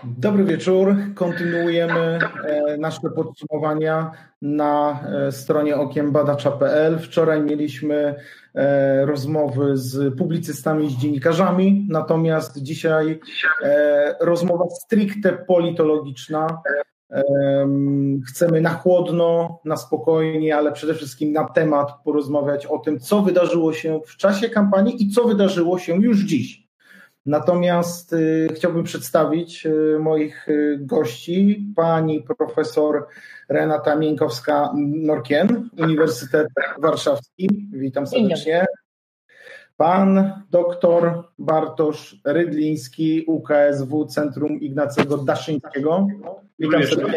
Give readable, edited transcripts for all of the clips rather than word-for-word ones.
Dobry wieczór. Kontynuujemy nasze podsumowania na stronie okiembadacza.pl. Wczoraj mieliśmy rozmowy z publicystami, z dziennikarzami, natomiast dzisiaj rozmowa stricte politologiczna. Chcemy na chłodno, na spokojnie, ale przede wszystkim na temat porozmawiać o tym, co wydarzyło się w czasie kampanii i co wydarzyło się już dziś. Natomiast chciałbym przedstawić moich gości. Pani profesor Renata Mieńkowska-Norkien, Uniwersytet Warszawski. Witam serdecznie. Pan doktor Bartosz Rydliński, UKSW, Centrum Ignacego Daszyńskiego. Witam serdecznie.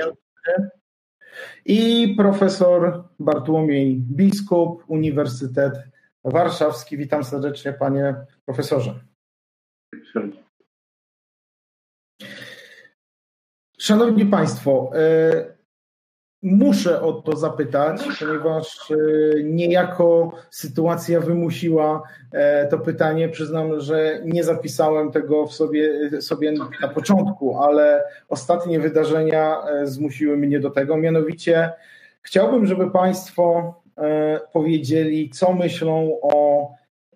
I profesor Bartłomiej Biskup, Uniwersytet Warszawski. Witam serdecznie, panie profesorze. Szanowni Państwo, muszę o to zapytać, ponieważ niejako sytuacja wymusiła to pytanie. Przyznam, że nie zapisałem tego sobie na początku, ale ostatnie wydarzenia zmusiły mnie do tego. Mianowicie chciałbym, żeby Państwo powiedzieli, co myślą o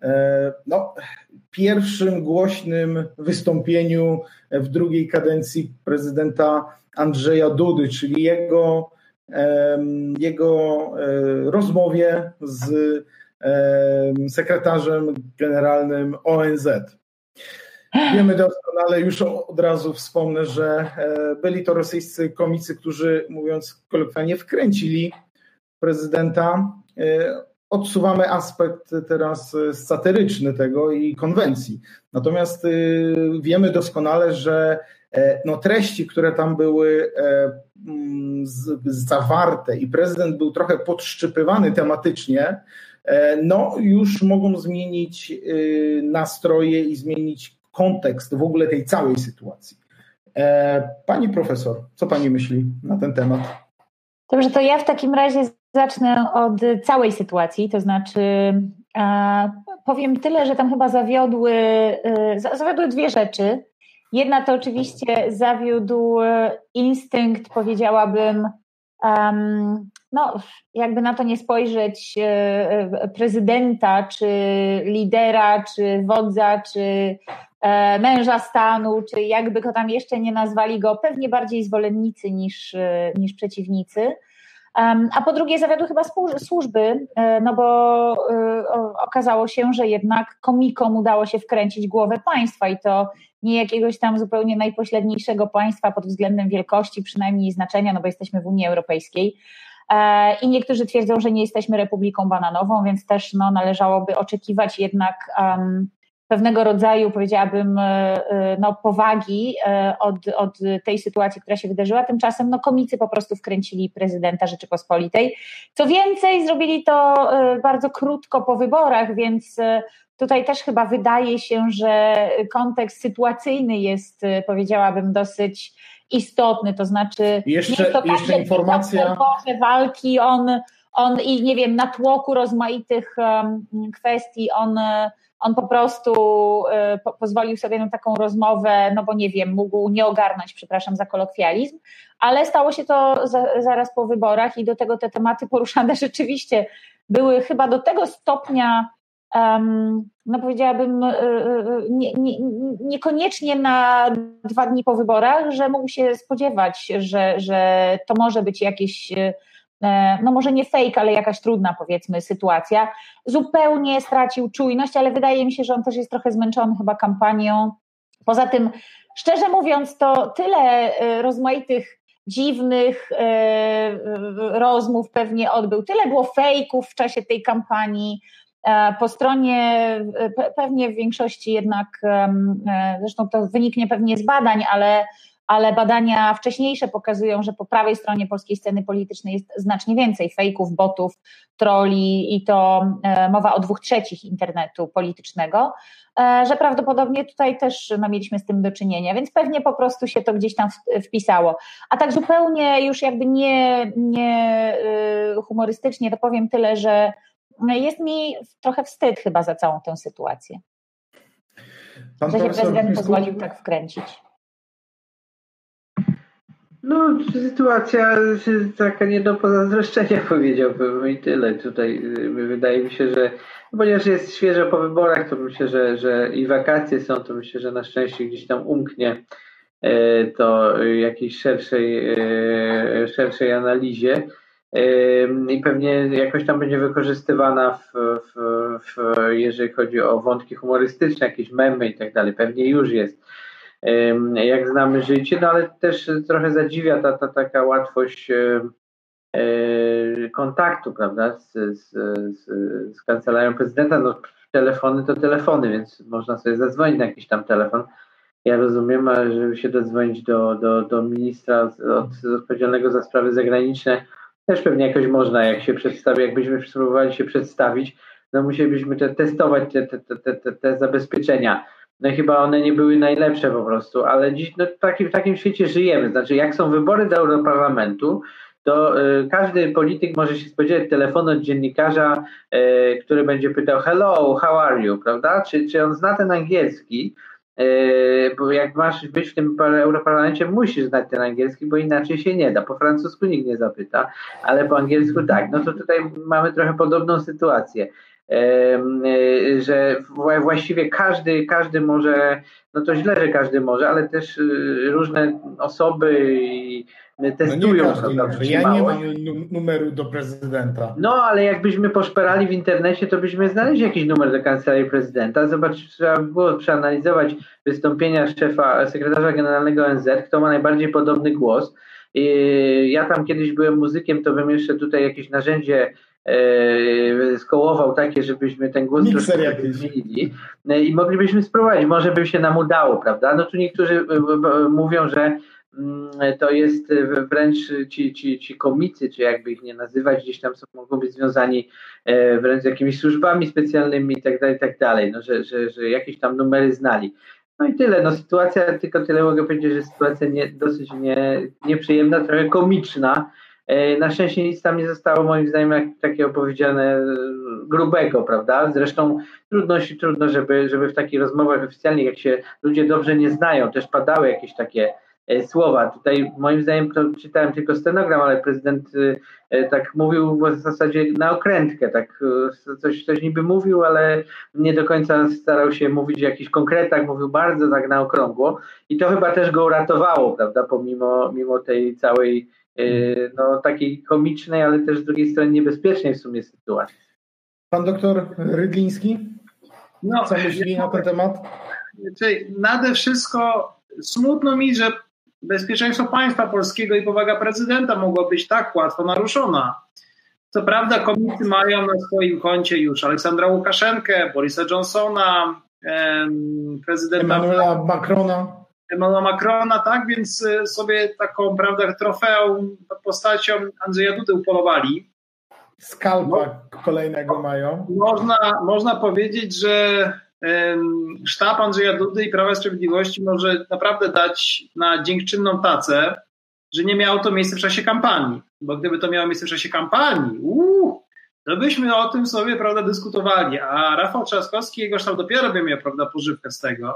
pierwszym głośnym wystąpieniu w drugiej kadencji prezydenta Andrzeja Dudy, czyli jego rozmowie z sekretarzem generalnym ONZ. Wiemy doskonale, już od razu wspomnę, że byli to rosyjscy komicy, którzy, mówiąc kolokwialnie, wkręcili prezydenta. Odsuwamy aspekt teraz satyryczny tego i konwencji. Natomiast wiemy doskonale, że treści, które tam były zawarte i prezydent był trochę podszczypywany tematycznie, już mogą zmienić nastroje i zmienić kontekst w ogóle tej całej sytuacji. Pani profesor, co pani myśli na ten temat? Dobrze, to ja w takim razie zacznę od całej sytuacji, to znaczy powiem tyle, że tam chyba zawiodły dwie rzeczy. Jedna to oczywiście zawiódł instynkt, powiedziałabym, jakby na to nie spojrzeć, prezydenta, czy lidera, czy wodza, czy męża stanu, czy jakby go tam jeszcze nie nazwali go, pewnie bardziej zwolennicy niż przeciwnicy. A po drugie zawiodły chyba służby, bo okazało się, że jednak komikom udało się wkręcić głowę państwa i to nie jakiegoś tam zupełnie najpośredniejszego państwa pod względem wielkości, przynajmniej znaczenia, bo jesteśmy w Unii Europejskiej. I niektórzy twierdzą, że nie jesteśmy Republiką Bananową, więc też należałoby oczekiwać jednak pewnego rodzaju, powiedziałabym, powagi od tej sytuacji, która się wydarzyła. Tymczasem komicy po prostu wkręcili prezydenta Rzeczypospolitej. Co więcej, zrobili to bardzo krótko po wyborach, więc tutaj też chyba wydaje się, że kontekst sytuacyjny jest, powiedziałabym, dosyć istotny, to znaczy jeszcze informacja walki, on i nie wiem, na tłoku rozmaitych kwestii on po prostu pozwolił sobie na taką rozmowę, bo nie wiem, mógł nie ogarnąć, przepraszam za kolokwializm, ale stało się to zaraz po wyborach i do tego te tematy poruszane rzeczywiście były chyba do tego stopnia, powiedziałabym, niekoniecznie na 2 dni po wyborach, że mógł się spodziewać, że to może być jakieś, może nie fake, ale jakaś trudna, powiedzmy, sytuacja. Zupełnie stracił czujność, ale wydaje mi się, że on też jest trochę zmęczony chyba kampanią. Poza tym, szczerze mówiąc, to tyle rozmaitych dziwnych rozmów pewnie odbył. Tyle było fejków w czasie tej kampanii. Po stronie pewnie w większości jednak, zresztą to wyniknie pewnie z badań, ale badania wcześniejsze pokazują, że po prawej stronie polskiej sceny politycznej jest znacznie więcej fejków, botów, trolli i to mowa o 2/3 internetu politycznego, że prawdopodobnie tutaj też mieliśmy z tym do czynienia, więc pewnie po prostu się to gdzieś tam wpisało. A tak zupełnie już jakby nie humorystycznie to powiem tyle, że jest mi trochę wstyd chyba za całą tę sytuację. Że się prezydent pozwolił tak wkręcić. No, sytuacja taka nie do pozazdroszczenia, powiedziałbym, i tyle. Tutaj wydaje mi się, że ponieważ jest świeżo po wyborach, to myślę, że i wakacje są, to myślę, że na szczęście gdzieś tam umknie to jakiejś szerszej analizie i pewnie jakoś tam będzie wykorzystywana jeżeli chodzi o wątki humorystyczne, jakieś memy i tak dalej. Pewnie już jest. Jak znamy życie, no ale też trochę zadziwia ta taka łatwość kontaktu, prawda, z kancelarią prezydenta. No, telefony to telefony, więc można sobie zadzwonić na jakiś tam telefon. Ja rozumiem, ale żeby się dodzwonić do ministra odpowiedzialnego za sprawy zagraniczne, też pewnie jakoś można, jak się przedstawi, jakbyśmy spróbowali się przedstawić, no musielibyśmy testować te zabezpieczenia. No i chyba one nie były najlepsze po prostu, ale dziś no, w takim świecie żyjemy. Znaczy, jak są wybory do Europarlamentu, to każdy polityk może się spodziewać telefonu od dziennikarza, który będzie pytał hello, how are you, prawda? Czy on zna ten angielski? Bo jak masz być w tym Europarlamencie, musisz znać ten angielski, bo inaczej się nie da. Po francusku nikt nie zapyta, ale po angielsku tak. No to tutaj mamy trochę podobną sytuację. Że właściwie każdy może, no to źle, że każdy może, ale też różne osoby testują. No nie każdy, ja nie mam numeru do prezydenta. No, ale jakbyśmy poszperali w internecie, to byśmy znaleźli jakiś numer do kancelarii prezydenta. Trzeba było przeanalizować wystąpienia sekretarza generalnego ONZ, kto ma najbardziej podobny głos. Ja tam kiedyś byłem muzykiem, to bym jeszcze tutaj jakieś narzędzie skołował takie, żebyśmy ten głos troszkę zmienili i moglibyśmy spróbować, może by się nam udało, prawda? No tu niektórzy mówią, że to jest wręcz ci komicy, czy jakby ich nie nazywać, gdzieś tam mogą być związani wręcz z jakimiś służbami specjalnymi i tak dalej, no, że jakieś tam numery znali. No i tyle, no sytuacja, tylko tyle mogę powiedzieć, że sytuacja dosyć nieprzyjemna, trochę komiczna. Na szczęście nic tam nie zostało moim zdaniem jak takiego powiedziane grubego, prawda? Zresztą trudno, żeby w takich rozmowach oficjalnych, jak się ludzie dobrze nie znają, też padały jakieś takie słowa. Tutaj moim zdaniem to czytałem tylko stenogram, ale prezydent tak mówił w zasadzie na okrętkę, tak coś niby mówił, ale nie do końca starał się mówić o jakichś konkretach, mówił bardzo tak na okrągło i to chyba też go uratowało, prawda, mimo tej całej no takiej komicznej, ale też z drugiej strony niebezpiecznej w sumie sytuacji. Pan doktor Rydliński? Co myśli na ten temat? Nade wszystko smutno mi, że bezpieczeństwo państwa polskiego i powaga prezydenta mogło być tak łatwo naruszona. Co prawda komicy mają na swoim koncie już Aleksandra Łukaszenkę, Borisa Johnsona, prezydenta Emmanuela Macrona, tak, więc sobie taką, prawda, trofeum postacią Andrzeja Dudy upolowali. Skalpa kolejnego mają. Można powiedzieć, że sztab Andrzeja Dudy i Prawa i Sprawiedliwości może naprawdę dać na dziękczynną tacę, że nie miało to miejsce w czasie kampanii. Bo gdyby to miało miejsce w czasie kampanii, to byśmy o tym sobie, prawda, dyskutowali. A Rafał Trzaskowski, jego sztab dopiero by miał, prawda, pożywkę z tego.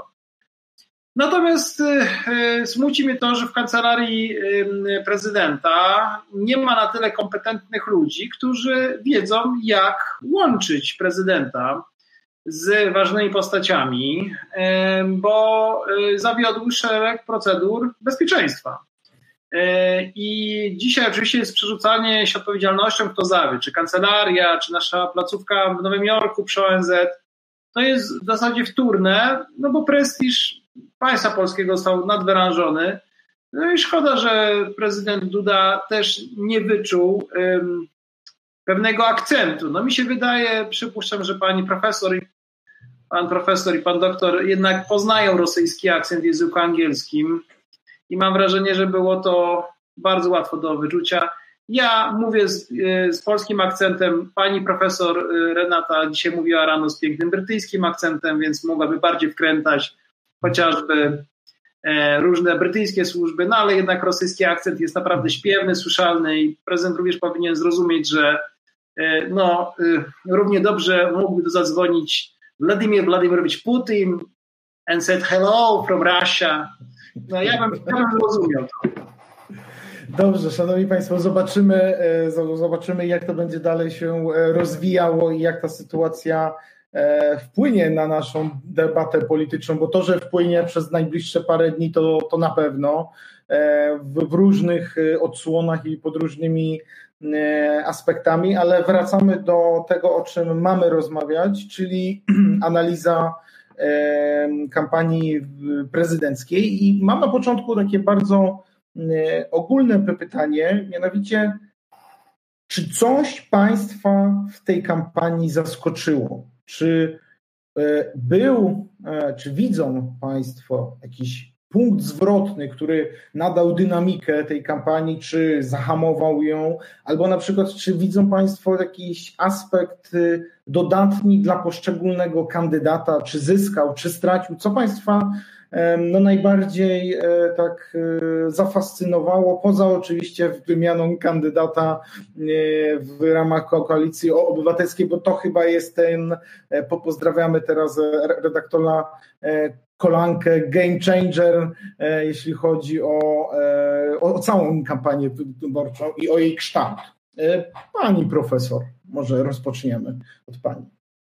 Natomiast smuci mnie to, że w kancelarii prezydenta nie ma na tyle kompetentnych ludzi, którzy wiedzą, jak łączyć prezydenta z ważnymi postaciami, bo zawiodł szereg procedur bezpieczeństwa. I dzisiaj oczywiście jest przerzucanie się odpowiedzialnością, kto zawiódł, czy kancelaria, czy nasza placówka w Nowym Jorku przy ONZ. To jest w zasadzie wtórne, no bo prestiż państwa polskiego został nadwyrężony. No i szkoda, że prezydent Duda też nie wyczuł pewnego akcentu. No mi się wydaje, przypuszczam, że pan profesor i pan doktor jednak poznają rosyjski akcent w języku angielskim i mam wrażenie, że było to bardzo łatwo do wyczucia. Ja mówię z polskim akcentem, pani profesor Renata dzisiaj mówiła rano z pięknym brytyjskim akcentem, więc mogłaby bardziej wkrętać chociażby różne brytyjskie służby, no ale jednak rosyjski akcent jest naprawdę śpiewny, słyszalny i prezydent również powinien zrozumieć, że równie dobrze mógłby zadzwonić Władimir Władimirowicz Putin and said hello from Russia. No ja bym zrozumiał to. Dobrze, szanowni państwo, zobaczymy jak to będzie dalej się rozwijało i jak ta sytuacja wpłynie na naszą debatę polityczną, bo to, że wpłynie przez najbliższe parę dni, to na pewno w różnych odsłonach i pod różnymi aspektami, ale wracamy do tego, o czym mamy rozmawiać, czyli analiza kampanii prezydenckiej i mam na początku takie bardzo ogólne pytanie, mianowicie czy coś państwa w tej kampanii zaskoczyło? Czy widzą państwo jakiś punkt zwrotny, który nadał dynamikę tej kampanii, czy zahamował ją, albo na przykład czy widzą państwo jakiś aspekt dodatni dla poszczególnego kandydata, czy zyskał, czy stracił? Co państwa najbardziej tak zafascynowało, poza oczywiście wymianą kandydata w ramach Koalicji Obywatelskiej, bo to chyba jest ten, pozdrawiamy teraz redaktora Kolankę, game changer, jeśli chodzi o całą kampanię wyborczą i o jej kształt. Pani profesor, może rozpoczniemy od pani.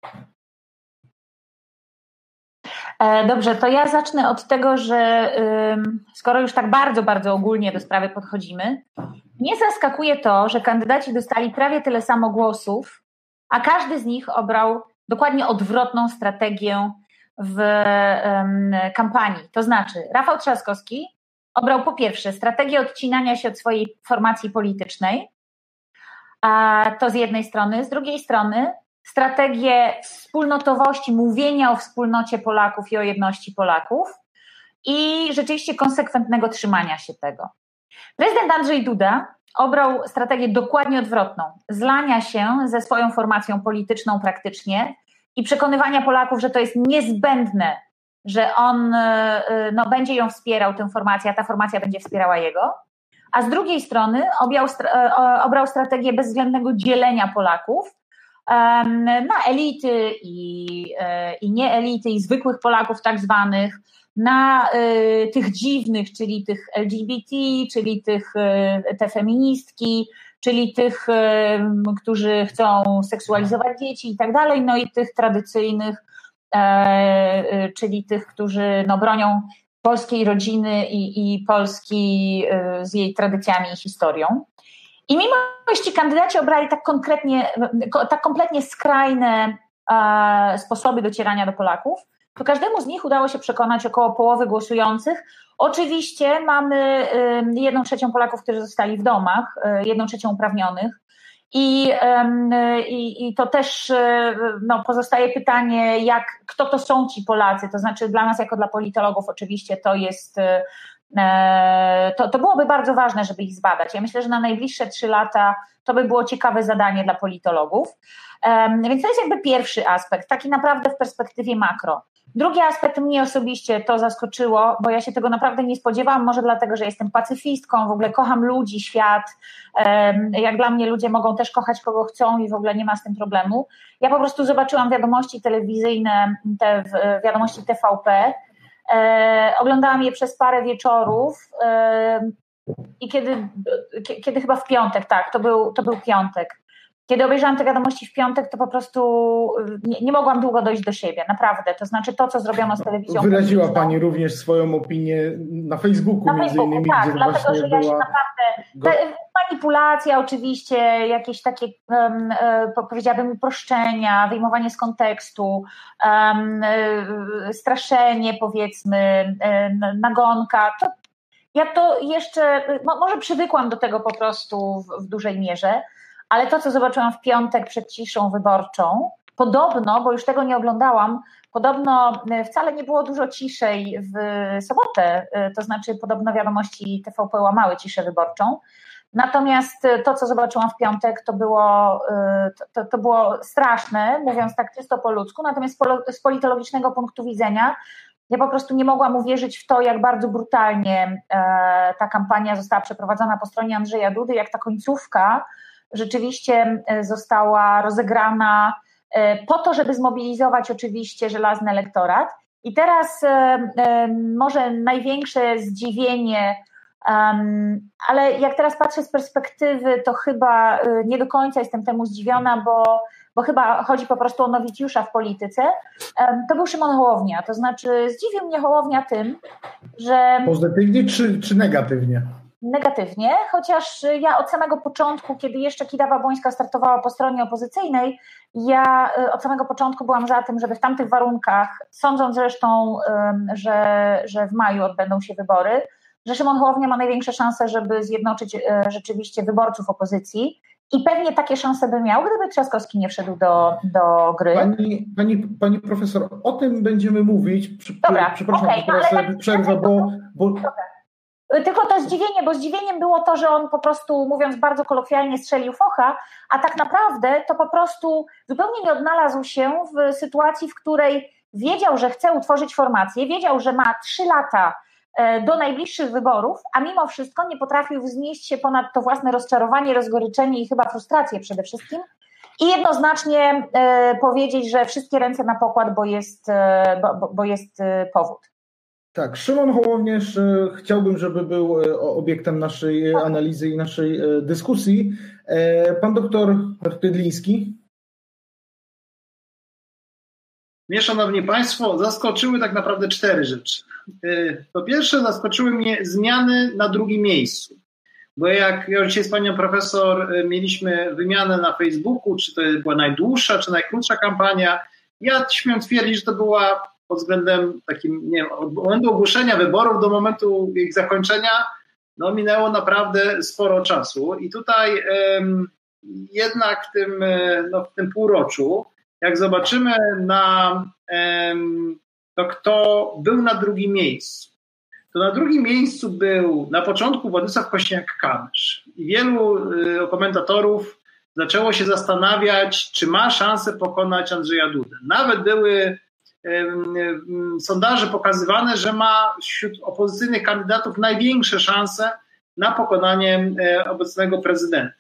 Dobrze, to ja zacznę od tego, że skoro już tak bardzo, bardzo ogólnie do sprawy podchodzimy, mnie zaskakuje to, że kandydaci dostali prawie tyle samo głosów, a każdy z nich obrał dokładnie odwrotną strategię w kampanii. To znaczy Rafał Trzaskowski obrał po pierwsze strategię odcinania się od swojej formacji politycznej, a to z jednej strony, z drugiej strony strategię wspólnotowości, mówienia o wspólnocie Polaków i o jedności Polaków i rzeczywiście konsekwentnego trzymania się tego. Prezydent Andrzej Duda obrał strategię dokładnie odwrotną, zlania się ze swoją formacją polityczną praktycznie i przekonywania Polaków, że to jest niezbędne, że on będzie ją wspierał, tę formację, a ta formacja będzie wspierała jego, a z drugiej strony obrał strategię bezwzględnego dzielenia Polaków na elity i nieelity i zwykłych Polaków tak zwanych, na tych dziwnych, czyli tych LGBT, czyli te feministki, czyli tych, którzy chcą seksualizować dzieci i tak dalej, no i tych tradycyjnych, czyli tych, którzy bronią polskiej rodziny i Polski z jej tradycjami i historią. I mimo, że ci kandydaci obrali tak kompletnie skrajne sposoby docierania do Polaków, to każdemu z nich udało się przekonać około połowy głosujących. Oczywiście mamy 1/3 Polaków, którzy zostali w domach, 1/3 uprawnionych i to też pozostaje pytanie, kto to są ci Polacy, to znaczy dla nas jako dla politologów oczywiście to jest... To byłoby bardzo ważne, żeby ich zbadać. Ja myślę, że na najbliższe 3 lata to by było ciekawe zadanie dla politologów. Więc to jest jakby pierwszy aspekt, taki naprawdę w perspektywie makro. Drugi aspekt mnie osobiście to zaskoczyło, bo ja się tego naprawdę nie spodziewałam, może dlatego, że jestem pacyfistką, w ogóle kocham ludzi, świat. Jak dla mnie ludzie mogą też kochać kogo chcą i w ogóle nie ma z tym problemu. Ja po prostu zobaczyłam wiadomości telewizyjne, te wiadomości TVP, oglądałam je przez parę wieczorów i kiedy chyba w piątek, tak, to był piątek. Kiedy obejrzałam te wiadomości w piątek, to po prostu nie mogłam długo dojść do siebie, naprawdę. To znaczy to, co zrobiono z telewizją. Wyraziła pani również swoją opinię na Facebooku między innymi, tak, gdzie dlatego, właśnie że ja się naprawdę... Manipulacja oczywiście, jakieś takie, powiedziałabym, uproszczenia, wyjmowanie z kontekstu, straszenie, powiedzmy, nagonka. Ja to jeszcze, może przywykłam do tego po prostu w dużej mierze, ale to, co zobaczyłam w piątek przed ciszą wyborczą, podobno, bo już tego nie oglądałam, podobno wcale nie było dużo ciszej w sobotę, to znaczy podobno wiadomości TVP łamały ciszę wyborczą. Natomiast to, co zobaczyłam w piątek, to było straszne, mówiąc tak czysto po ludzku, natomiast z politologicznego punktu widzenia ja po prostu nie mogłam uwierzyć w to, jak bardzo brutalnie ta kampania została przeprowadzona po stronie Andrzeja Dudy, jak ta końcówka rzeczywiście została rozegrana po to, żeby zmobilizować oczywiście żelazny elektorat. I teraz może największe zdziwienie Ale jak teraz patrzę z perspektywy, to chyba nie do końca jestem temu zdziwiona, bo chyba chodzi po prostu o nowicjusza w polityce. To był Szymon Hołownia, to znaczy zdziwił mnie Hołownia tym, że... Pozytywnie czy negatywnie? Negatywnie, chociaż ja od samego początku, kiedy jeszcze Kidawa-Błońska startowała po stronie opozycyjnej, ja od samego początku byłam za tym, żeby w tamtych warunkach, sądząc zresztą, że w maju odbędą się wybory, że Szymon Hołownia ma największe szanse, żeby zjednoczyć rzeczywiście wyborców opozycji i pewnie takie szanse by miał, gdyby Trzaskowski nie wszedł do gry. Pani profesor, o tym będziemy mówić. Przepraszam, okay, teraz przerwę, bo... Tylko to zdziwienie, bo zdziwieniem było to, że on po prostu, mówiąc bardzo kolokwialnie, strzelił focha, a tak naprawdę to po prostu zupełnie nie odnalazł się w sytuacji, w której wiedział, że chce utworzyć formację, wiedział, że ma 3 lata do najbliższych wyborów, a mimo wszystko nie potrafił wznieść się ponad to własne rozczarowanie, rozgoryczenie i chyba frustrację przede wszystkim i jednoznacznie powiedzieć, że wszystkie ręce na pokład, bo jest powód. Tak, Szymon Hołowniarz chciałbym, żeby był obiektem naszej analizy i naszej dyskusji. Pan doktor Pydliński. Mnie, szanowni państwo, zaskoczyły tak naprawdę 4 rzeczy. Po pierwsze, zaskoczyły mnie zmiany na drugim miejscu. Bo jak ja dzisiaj z panią profesor mieliśmy wymianę na Facebooku, czy to była najdłuższa, czy najkrótsza kampania, ja śmiem twierdzić, że to była pod względem takim, nie wiem, od momentu ogłoszenia wyborów do momentu ich zakończenia, no minęło naprawdę sporo czasu. I tutaj jednak w tym półroczu, jak zobaczymy to kto był na drugim miejscu, to na drugim miejscu był na początku Władysław Kosiniak-Kamysz. I wielu komentatorów zaczęło się zastanawiać, czy ma szansę pokonać Andrzeja Dudę. Nawet były sondaże pokazywane, że ma wśród opozycyjnych kandydatów największe szanse na pokonanie obecnego prezydenta.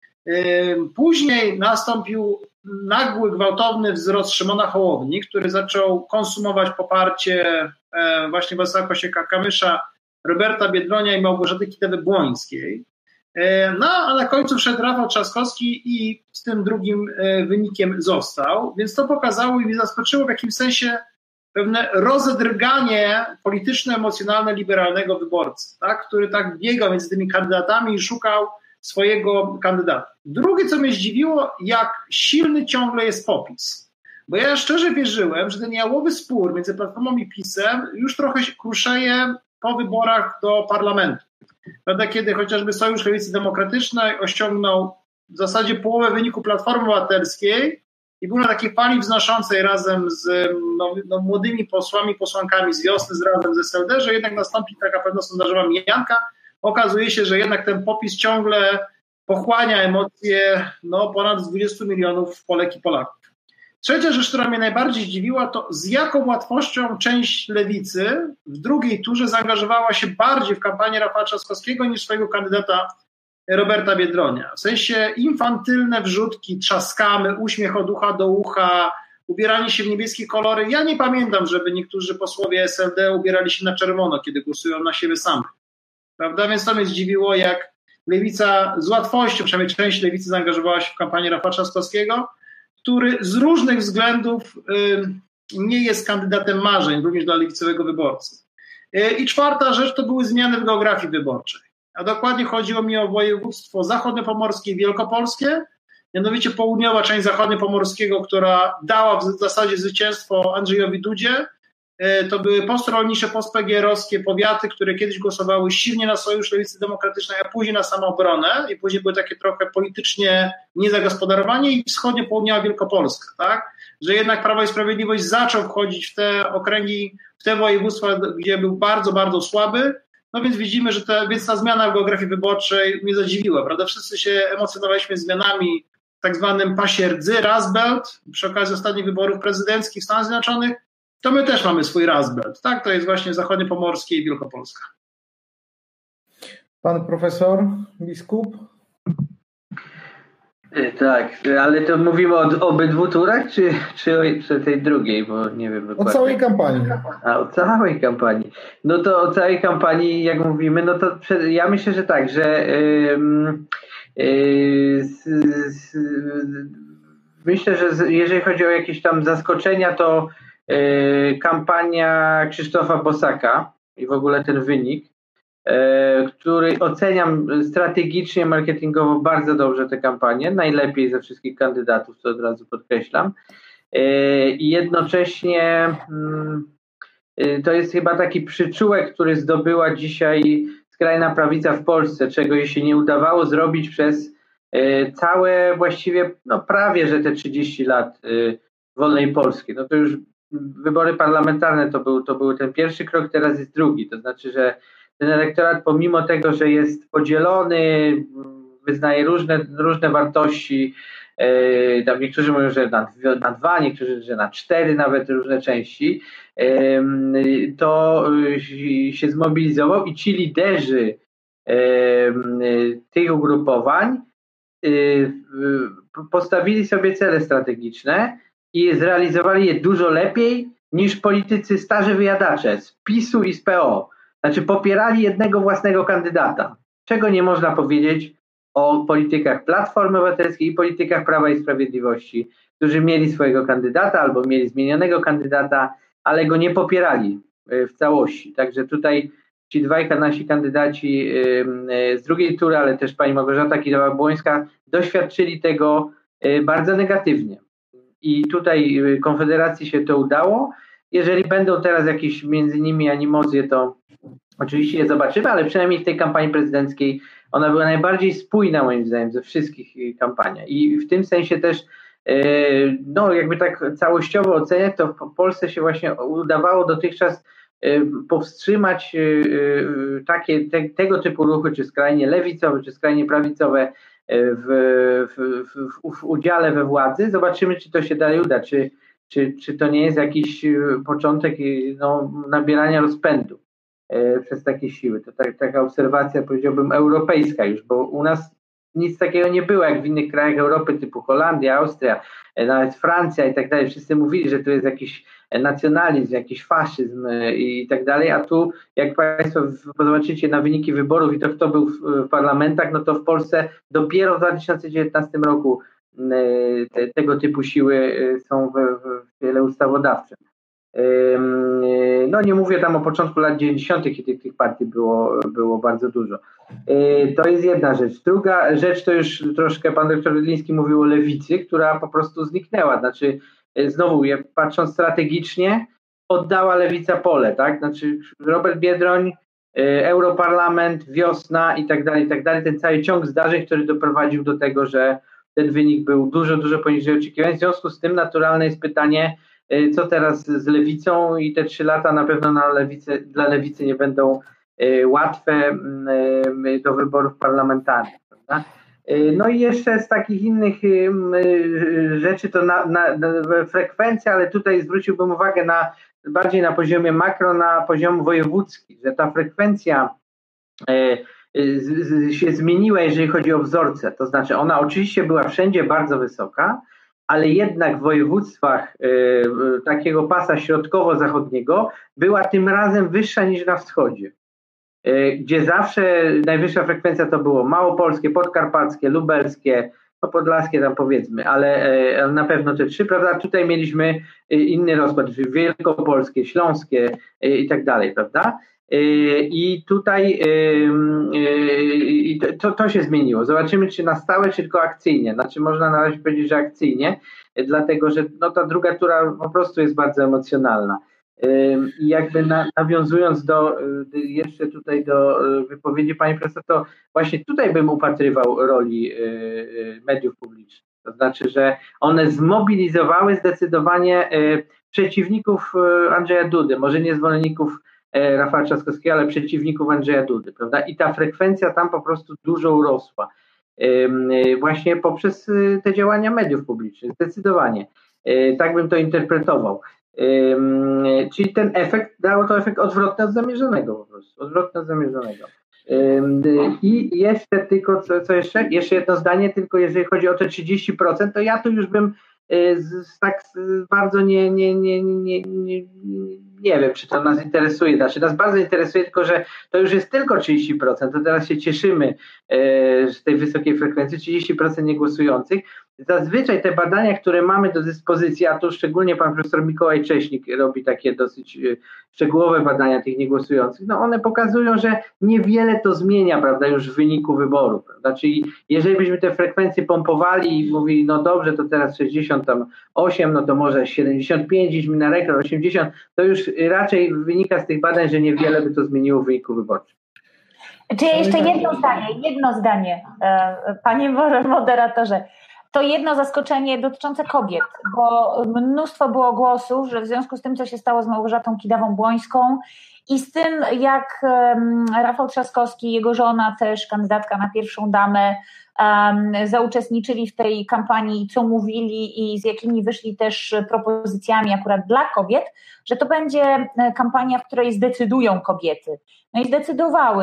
Później nastąpił nagły, gwałtowny wzrost Szymona Hołowni, który zaczął konsumować poparcie właśnie Władysława Kosiniaka-Kamysza, Roberta Biedronia i Małgorzaty Kidawy-Błońskiej. No, a na końcu wszedł Rafał Trzaskowski i z tym drugim wynikiem został, więc to pokazało i mnie zaskoczyło w jakimś sensie pewne rozedrganie polityczno-emocjonalne liberalnego wyborcy, tak, który tak biegał między tymi kandydatami i szukał swojego kandydata. Drugie, co mnie zdziwiło, jak silny ciągle jest PO-PiS. Bo ja szczerze wierzyłem, że ten jałowy spór między Platformą i PiS-em już trochę się kruszeje po wyborach do parlamentu. Prawda, kiedy chociażby Sojusz Lewicy Demokratycznej osiągnął w zasadzie połowę wyniku Platformy Obywatelskiej i był na takiej fali wznoszącej razem z młodymi posłami, posłankami z wiosny, razem z SLD, że jednak nastąpi taka pewna sondażowa mijanka. Okazuje się, że jednak ten PO-PiS ciągle pochłania emocje ponad 20 milionów Polek i Polaków. Trzecia rzecz, która mnie najbardziej zdziwiła, to z jaką łatwością część lewicy w drugiej turze zaangażowała się bardziej w kampanię Rafała Trzaskowskiego niż swojego kandydata Roberta Biedronia. W sensie infantylne wrzutki, trzaskamy, uśmiech od ucha do ucha, ubieranie się w niebieskie kolory. Ja nie pamiętam, żeby niektórzy posłowie SLD ubierali się na czerwono, kiedy głosują na siebie samych. Prawda? Więc to mnie zdziwiło, jak lewica z łatwością, przynajmniej część lewicy zaangażowała się w kampanię Rafała Trzaskowskiego, który z różnych względów nie jest kandydatem marzeń, również dla lewicowego wyborcy. I czwarta rzecz to były zmiany w geografii wyborczej. A dokładnie chodziło mi o województwo zachodniopomorskie i wielkopolskie, mianowicie południowa część zachodniopomorskiego, która dała w zasadzie zwycięstwo Andrzejowi Dudzie. To były postrolnicze, postPGR-owskie powiaty, które kiedyś głosowały silnie na Sojusz Lewicy Demokratycznej, a później na Samoobronę i później były takie trochę politycznie niezagospodarowanie i wschodnio-południowa Wielkopolska, tak? Że jednak Prawo i Sprawiedliwość zaczął wchodzić w te okręgi, w te województwa, gdzie był bardzo, bardzo słaby. No więc widzimy, że ta zmiana w geografii wyborczej mnie zadziwiła, prawda? Wszyscy się emocjonowaliśmy zmianami w tak zwanym pasie rdzy, Rust Belt, przy okazji ostatnich wyborów prezydenckich w Stanach Zjednoczonych. To my też mamy swój Rust Belt, tak? To jest właśnie zachodniopomorskie i Wielkopolska. Pan profesor Biskup? Tak, ale to mówimy o obydwu turach, czy o tej drugiej, bo nie wiem dokładnie. O całej kampanii. A o całej kampanii. No to o całej kampanii, jak mówimy, no to ja myślę, że tak, że myślę, że jeżeli chodzi o jakieś tam zaskoczenia, to kampania Krzysztofa Bosaka i w ogóle ten wynik, który oceniam strategicznie, marketingowo bardzo dobrze tę kampanię, najlepiej ze wszystkich kandydatów, co od razu podkreślam. I jednocześnie to jest chyba taki przyczółek, który zdobyła dzisiaj skrajna prawica w Polsce, czego jej się nie udawało zrobić przez całe właściwie, no prawie, że te 30 lat wolnej Polski. No to już wybory parlamentarne to był ten pierwszy krok, teraz jest drugi. To znaczy, że ten elektorat pomimo tego, że jest podzielony, wyznaje różne wartości, tam niektórzy mówią, że na 2, niektórzy, że na 4 nawet różne części, to się zmobilizował i ci liderzy tych ugrupowań postawili sobie cele strategiczne i zrealizowali je dużo lepiej niż politycy starzy wyjadacze z PiS-u i z PO. Znaczy popierali jednego własnego kandydata, czego nie można powiedzieć o politykach Platformy Obywatelskiej i politykach Prawa i Sprawiedliwości, którzy mieli swojego kandydata albo mieli zmienionego kandydata, ale go nie popierali w całości. Także tutaj ci dwaj nasi kandydaci z drugiej tury, ale też pani Małgorzata Kidawa-Błońska doświadczyli tego bardzo negatywnie. I tutaj Konfederacji się to udało. Jeżeli będą teraz jakieś między nimi animozje, to oczywiście je zobaczymy, ale przynajmniej w tej kampanii prezydenckiej ona była najbardziej spójna moim zdaniem ze wszystkich kampaniach. I w tym sensie też no jakby tak całościowo oceniać, to w Polsce się właśnie udawało dotychczas powstrzymać tego typu ruchy, czy skrajnie lewicowe, czy skrajnie prawicowe w udziale we władzy. Zobaczymy, czy to się dalej uda, czy to nie jest jakiś początek nabierania rozpędu przez takie siły. To taka obserwacja, powiedziałbym, europejska już, bo u nas nic takiego nie było jak w innych krajach Europy typu Holandia, Austria, nawet Francja i tak dalej. Wszyscy mówili, że tu jest jakiś nacjonalizm, jakiś faszyzm i tak dalej, a tu jak Państwo zobaczycie na wyniki wyborów i to kto był w parlamentach, no to w Polsce dopiero w 2019 roku tego typu siły są w dziele ustawodawczym. No nie mówię tam o początku lat 90., kiedy tych partii było bardzo dużo. To jest jedna rzecz. Druga rzecz to już troszkę pan doktor Rydliński mówił o lewicy, która po prostu zniknęła. Znaczy znowu patrząc strategicznie oddała lewica pole, tak? Znaczy Robert Biedroń, Europarlament, wiosna i tak dalej, ten cały ciąg zdarzeń, który doprowadził do tego, że ten wynik był dużo poniżej oczekiwań. W związku z tym naturalne jest pytanie, co teraz z lewicą i te 3 lata na pewno dla lewicy nie będą łatwe do wyborów parlamentarnych. Prawda? No i jeszcze z takich innych rzeczy to frekwencja, ale tutaj zwróciłbym uwagę bardziej na poziomie makro, na poziom wojewódzki, że ta frekwencja się zmieniła, jeżeli chodzi o wzorce. To znaczy ona oczywiście była wszędzie bardzo wysoka, ale jednak w województwach takiego pasa środkowo-zachodniego była tym razem wyższa niż na wschodzie, gdzie zawsze najwyższa frekwencja to było małopolskie, podkarpackie, lubelskie, no podlaskie tam powiedzmy, ale na pewno te 3, prawda? Tutaj mieliśmy inny rozkład, wielkopolskie, śląskie i tak dalej, prawda? I tutaj to się zmieniło. Zobaczymy, czy na stałe, czy tylko akcyjnie. Znaczy można na razie powiedzieć, że akcyjnie, dlatego że no, ta druga tura po prostu jest bardzo emocjonalna. I jakby nawiązując jeszcze tutaj do wypowiedzi pani profesor, to właśnie tutaj bym upatrywał roli mediów publicznych. To znaczy, że one zmobilizowały zdecydowanie przeciwników Andrzeja Dudy, może nie zwolenników Rafała Trzaskowskiego, ale przeciwników Andrzeja Dudy, prawda? I ta frekwencja tam po prostu dużo urosła. Właśnie poprzez te działania mediów publicznych, zdecydowanie. Tak bym to interpretował. Czyli ten efekt, dało to efekt odwrotny od zamierzonego po prostu, odwrotny od zamierzonego. I jeszcze tylko, co jeszcze? Jeszcze jedno zdanie, tylko jeżeli chodzi o te 30%, to ja tu już bym tak bardzo nie wiem, czy to nas interesuje. Znaczy nas bardzo interesuje, tylko że to już jest tylko 30%, to teraz się cieszymy z tej wysokiej frekwencji, 30% niegłosujących. Zazwyczaj te badania, które mamy do dyspozycji, a tu szczególnie pan profesor Mikołaj Cześnik robi takie dosyć szczegółowe badania tych niegłosujących, no one pokazują, że niewiele to zmienia, prawda, już w wyniku wyboru, prawda, czyli jeżeli byśmy te frekwencje pompowali i mówili, no dobrze, to teraz 68, no to może 75, idźmy na rekord 80, to już raczej wynika z tych badań, że niewiele by to zmieniło w wyniku wyborczym. Czy jeszcze jedno zdanie, panie moderatorze. To jedno zaskoczenie dotyczące kobiet, bo mnóstwo było głosów, że w związku z tym, co się stało z Małgorzatą Kidawą-Błońską i z tym, jak Rafał Trzaskowski, jego żona też, kandydatka na pierwszą damę, zauczestniczyli w tej kampanii, co mówili i z jakimi wyszli też propozycjami akurat dla kobiet, że to będzie kampania, w której zdecydują kobiety. No i zdecydowały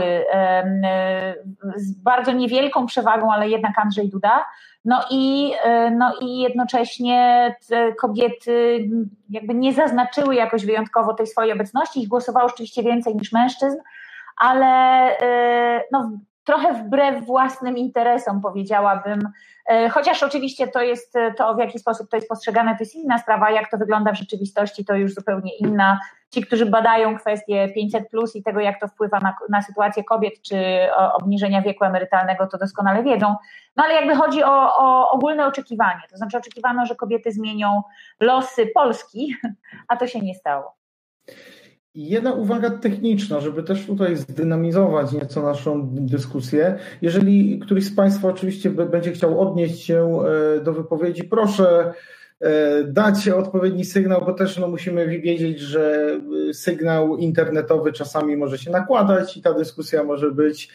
z bardzo niewielką przewagą, ale jednak Andrzej Duda. No i jednocześnie kobiety jakby nie zaznaczyły jakoś wyjątkowo tej swojej obecności. Ich głosowało rzeczywiście więcej niż mężczyzn, ale no, trochę wbrew własnym interesom, powiedziałabym. Chociaż oczywiście to, w jaki sposób to jest postrzegane, to jest inna sprawa, jak to wygląda w rzeczywistości, to już zupełnie inna. Ci, którzy badają kwestię 500+ i tego, jak to wpływa na sytuację kobiet, czy obniżenia wieku emerytalnego, to doskonale wiedzą. No ale jakby chodzi o ogólne oczekiwanie, to znaczy oczekiwano, że kobiety zmienią losy Polski, a to się nie stało. Jedna uwaga techniczna, żeby też tutaj zdynamizować nieco naszą dyskusję. Jeżeli któryś z Państwa oczywiście będzie chciał odnieść się do wypowiedzi, proszę dać odpowiedni sygnał, bo też musimy wiedzieć, że sygnał internetowy czasami może się nakładać i ta dyskusja może być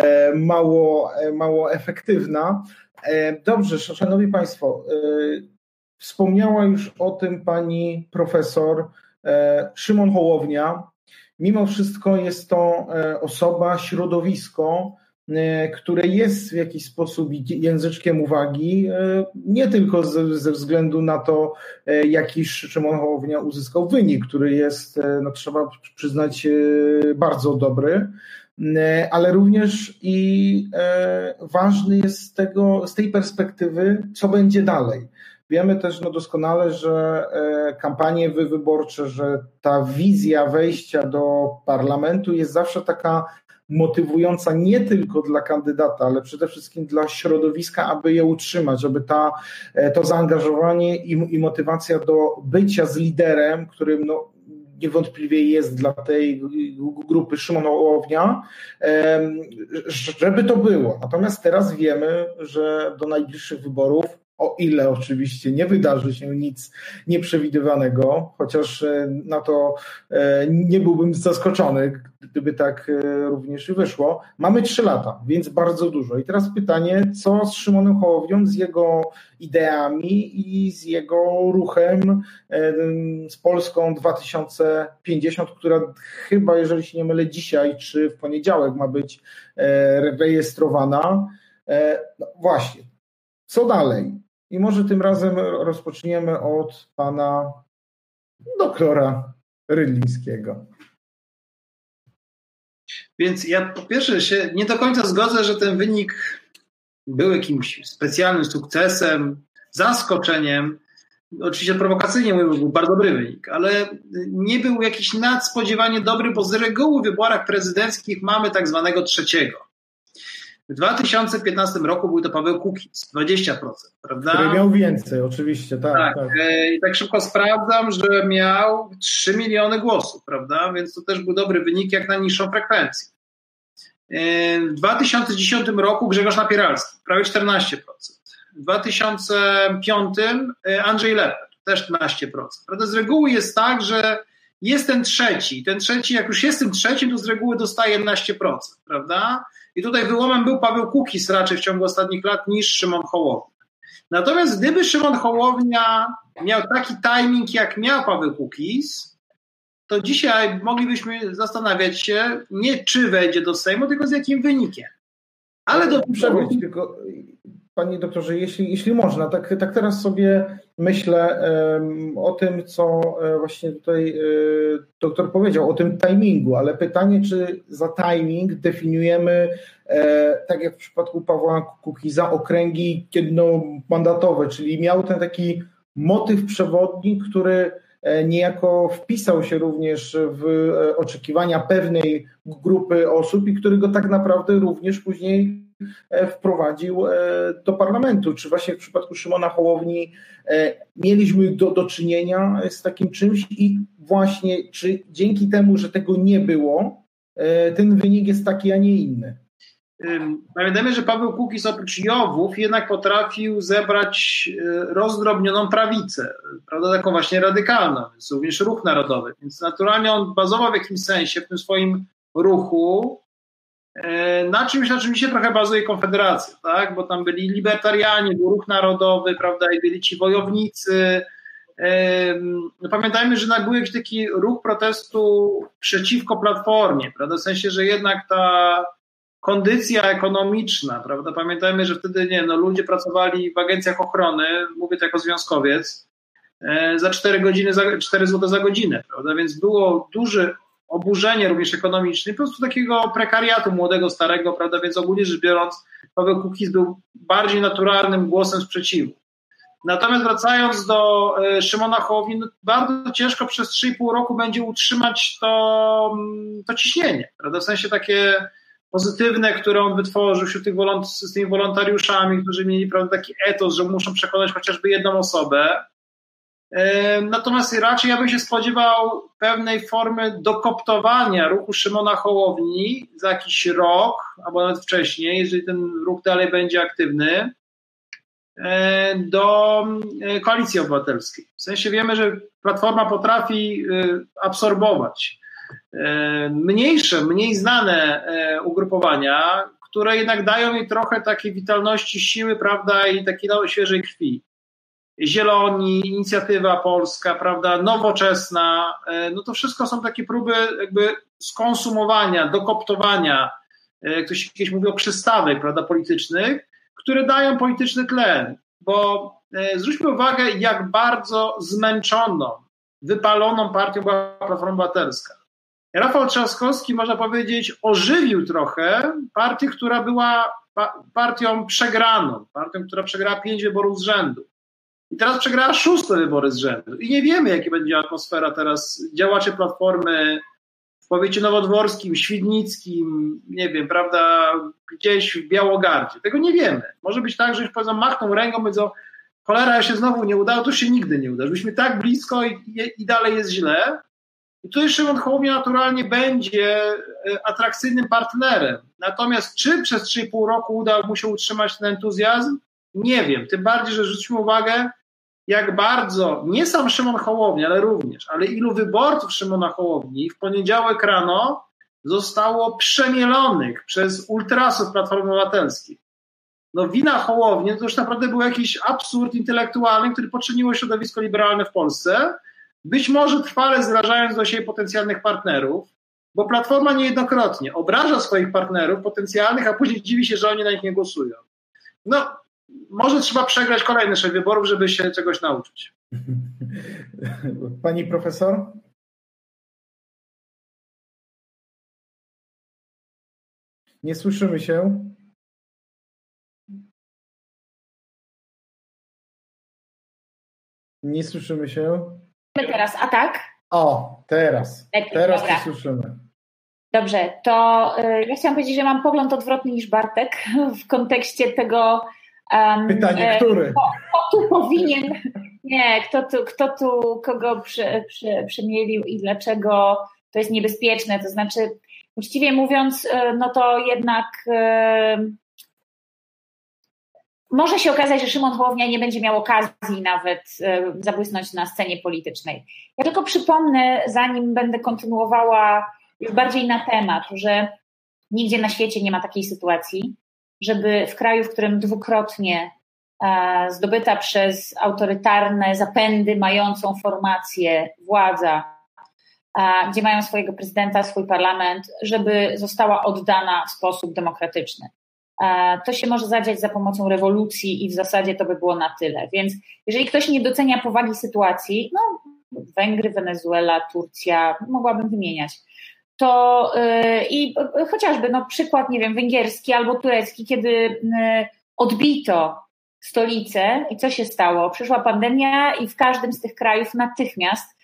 mało efektywna. Dobrze, szanowni Państwo, wspomniała już o tym pani profesor Szymon Hołownia. Mimo wszystko jest to osoba, środowisko, które jest w jakiś sposób języczkiem uwagi, nie tylko ze względu na to, jaki Szymon Hołownia uzyskał wynik, który jest, no trzeba przyznać, bardzo dobry, ale również i ważny jest z tej perspektywy, co będzie dalej. Wiemy też doskonale, że kampanie wyborcze, że ta wizja wejścia do parlamentu jest zawsze taka motywująca nie tylko dla kandydata, ale przede wszystkim dla środowiska, aby je utrzymać, aby to zaangażowanie i motywacja do bycia z liderem, którym niewątpliwie jest dla tej grupy Szymon Hołownia, żeby to było. Natomiast teraz wiemy, że do najbliższych wyborów, o ile oczywiście nie wydarzy się nic nieprzewidywanego, chociaż na to nie byłbym zaskoczony, gdyby tak również wyszło. Mamy 3 lata, więc bardzo dużo. I teraz pytanie, co z Szymonem Hołownią, z jego ideami i z jego ruchem z Polską 2050, która chyba, jeżeli się nie mylę, dzisiaj czy w poniedziałek ma być rejestrowana. No właśnie, co dalej? I może tym razem rozpoczniemy od pana doktora Rydlińskiego. Więc ja po pierwsze się nie do końca zgodzę, że ten wynik był jakimś specjalnym sukcesem, zaskoczeniem. Oczywiście prowokacyjnie mówię, był bardzo dobry wynik, ale nie był jakiś nadspodziewanie dobry, bo z reguły w wyborach prezydenckich mamy tak zwanego trzeciego. W 2015 roku był to Paweł Kukiz, 20%, prawda? Który miał więcej, oczywiście, tak. I tak szybko sprawdzam, że miał 3 miliony głosów, prawda? Więc to też był dobry wynik jak na niższą frekwencję. W 2010 roku Grzegorz Napieralski, prawie 14%. W 2005 Andrzej Lepper, też 12%. Prawda? Z reguły jest tak, że jest ten trzeci. Ten trzeci, jak już jest tym trzecim, to z reguły dostaje 11%, prawda? I tutaj wyłomem był Paweł Kukiz raczej w ciągu ostatnich lat niż Szymon Hołownia. Natomiast gdyby Szymon Hołownia miał taki timing, jak miał Paweł Kukiz, to dzisiaj moglibyśmy zastanawiać się nie czy wejdzie do Sejmu, tylko z jakim wynikiem. Ale tylko, panie doktorze, jeśli można, tak teraz sobie myślę o tym, co właśnie tutaj doktor powiedział, o tym timingu, ale pytanie, czy za timing definiujemy, tak jak w przypadku Pawła Kukiza, okręgi jednomandatowe, czyli miał ten taki motyw przewodni, który niejako wpisał się również w oczekiwania pewnej grupy osób i który go tak naprawdę również później wprowadził do parlamentu. Czy właśnie w przypadku Szymona Hołowni mieliśmy do czynienia z takim czymś i właśnie czy dzięki temu, że tego nie było, ten wynik jest taki, a nie inny? Pamiętajmy, że Paweł Kukiz oprócz Jowów jednak potrafił zebrać rozdrobnioną prawicę, prawda, taką właśnie radykalną, więc również Ruch Narodowy, więc naturalnie on bazował w jakimś sensie w tym swoim ruchu na czymś, na czym dzisiaj trochę bazuje Konfederacja, tak? Bo tam byli libertarianie, był Ruch Narodowy, prawda, i byli ci wojownicy. Pamiętajmy, że był jakiś taki ruch protestu przeciwko Platformie, prawda, w sensie, że jednak ta kondycja ekonomiczna, prawda, pamiętajmy, że wtedy ludzie pracowali w agencjach ochrony, mówię to jako związkowiec, za 4 zł za godzinę, prawda, więc było duże oburzenie również ekonomiczne, po prostu takiego prekariatu młodego, starego, prawda, więc ogólnie rzecz biorąc Paweł Kukiz był bardziej naturalnym głosem sprzeciwu. Natomiast wracając do Szymona Hołowni, bardzo ciężko przez 3,5 roku będzie utrzymać to ciśnienie, prawda, w sensie takie pozytywne, które on wytworzył wśród z tymi wolontariuszami, którzy mieli, prawda, taki etos, że muszą przekonać chociażby jedną osobę. Natomiast raczej ja bym się spodziewał pewnej formy dokoptowania ruchu Szymona Hołowni za jakiś rok, albo nawet wcześniej, jeżeli ten ruch dalej będzie aktywny, do Koalicji Obywatelskiej. W sensie wiemy, że Platforma potrafi absorbować mniej znane ugrupowania, które jednak dają jej trochę takiej witalności, siły, prawda, i takiej świeżej krwi. Zieloni, Inicjatywa Polska, prawda, Nowoczesna, to wszystko są takie próby jakby skonsumowania, dokoptowania, ktoś kiedyś mówił o przystawek, prawda, politycznych, które dają polityczny tlen, bo zwróćmy uwagę, jak bardzo zmęczoną, wypaloną partią była Platforma Obywatelska. Rafał Trzaskowski, można powiedzieć, ożywił trochę partię, która była partią przegraną, partią, która przegrała 5 wyborów z rzędu. I teraz przegrała 6 wybory z rzędu. I nie wiemy, jaka będzie atmosfera teraz działaczy Platformy w powiecie nowodworskim, świdnickim, nie wiem, prawda, gdzieś w Białogardzie. Tego nie wiemy. Może być tak, że już powiedzą, machną ręką, powiedzą, cholera, się znowu nie udało, to się nigdy nie uda. Byliśmy tak blisko i dalej jest źle. I tutaj Szymon Hołownia naturalnie będzie atrakcyjnym partnerem. Natomiast czy przez 3,5 roku uda mu się utrzymać ten entuzjazm? Nie wiem. Tym bardziej, że zwróćmy uwagę, jak bardzo, nie sam Szymon Hołownia, ale ilu wyborców Szymona Hołowni w poniedziałek rano zostało przemielonych przez ultrasów Platformy Obywatelskiej. Wina Hołowni to już naprawdę był jakiś absurd intelektualny, który poczyniło środowisko liberalne w Polsce, być może trwale zrażając do siebie potencjalnych partnerów, bo Platforma niejednokrotnie obraża swoich partnerów potencjalnych, a później dziwi się, że oni na nich nie głosują. Może trzeba przegrać kolejne 6 wyborów, żeby się czegoś nauczyć. Pani profesor? Nie słyszymy się. Nie słyszymy się. Teraz, a tak? O, teraz. Teraz cię słyszymy. Dobrze, to ja chciałam powiedzieć, że mam pogląd odwrotny niż Bartek w kontekście tego. Pytanie, który? Kto tu powinien. Nie, kto tu kogo przemielił i dlaczego to jest niebezpieczne. To znaczy, uczciwie mówiąc, to jednak może się okazać, że Szymon Hołownia nie będzie miał okazji nawet zabłysnąć na scenie politycznej. Ja tylko przypomnę, zanim będę kontynuowała już bardziej na temat, że nigdzie na świecie nie ma takiej sytuacji, żeby w kraju, w którym dwukrotnie zdobyta przez autorytarne zapędy mającą formację władza gdzie mają swojego prezydenta, swój parlament, żeby została oddana w sposób demokratyczny. To się może zadziać za pomocą rewolucji i w zasadzie to by było na tyle. Więc jeżeli ktoś nie docenia powagi sytuacji, no Węgry, Wenezuela, Turcja, mogłabym wymieniać, to i chociażby przykład, nie wiem, węgierski albo turecki, kiedy odbito stolicę i co się stało? Przyszła pandemia i w każdym z tych krajów natychmiast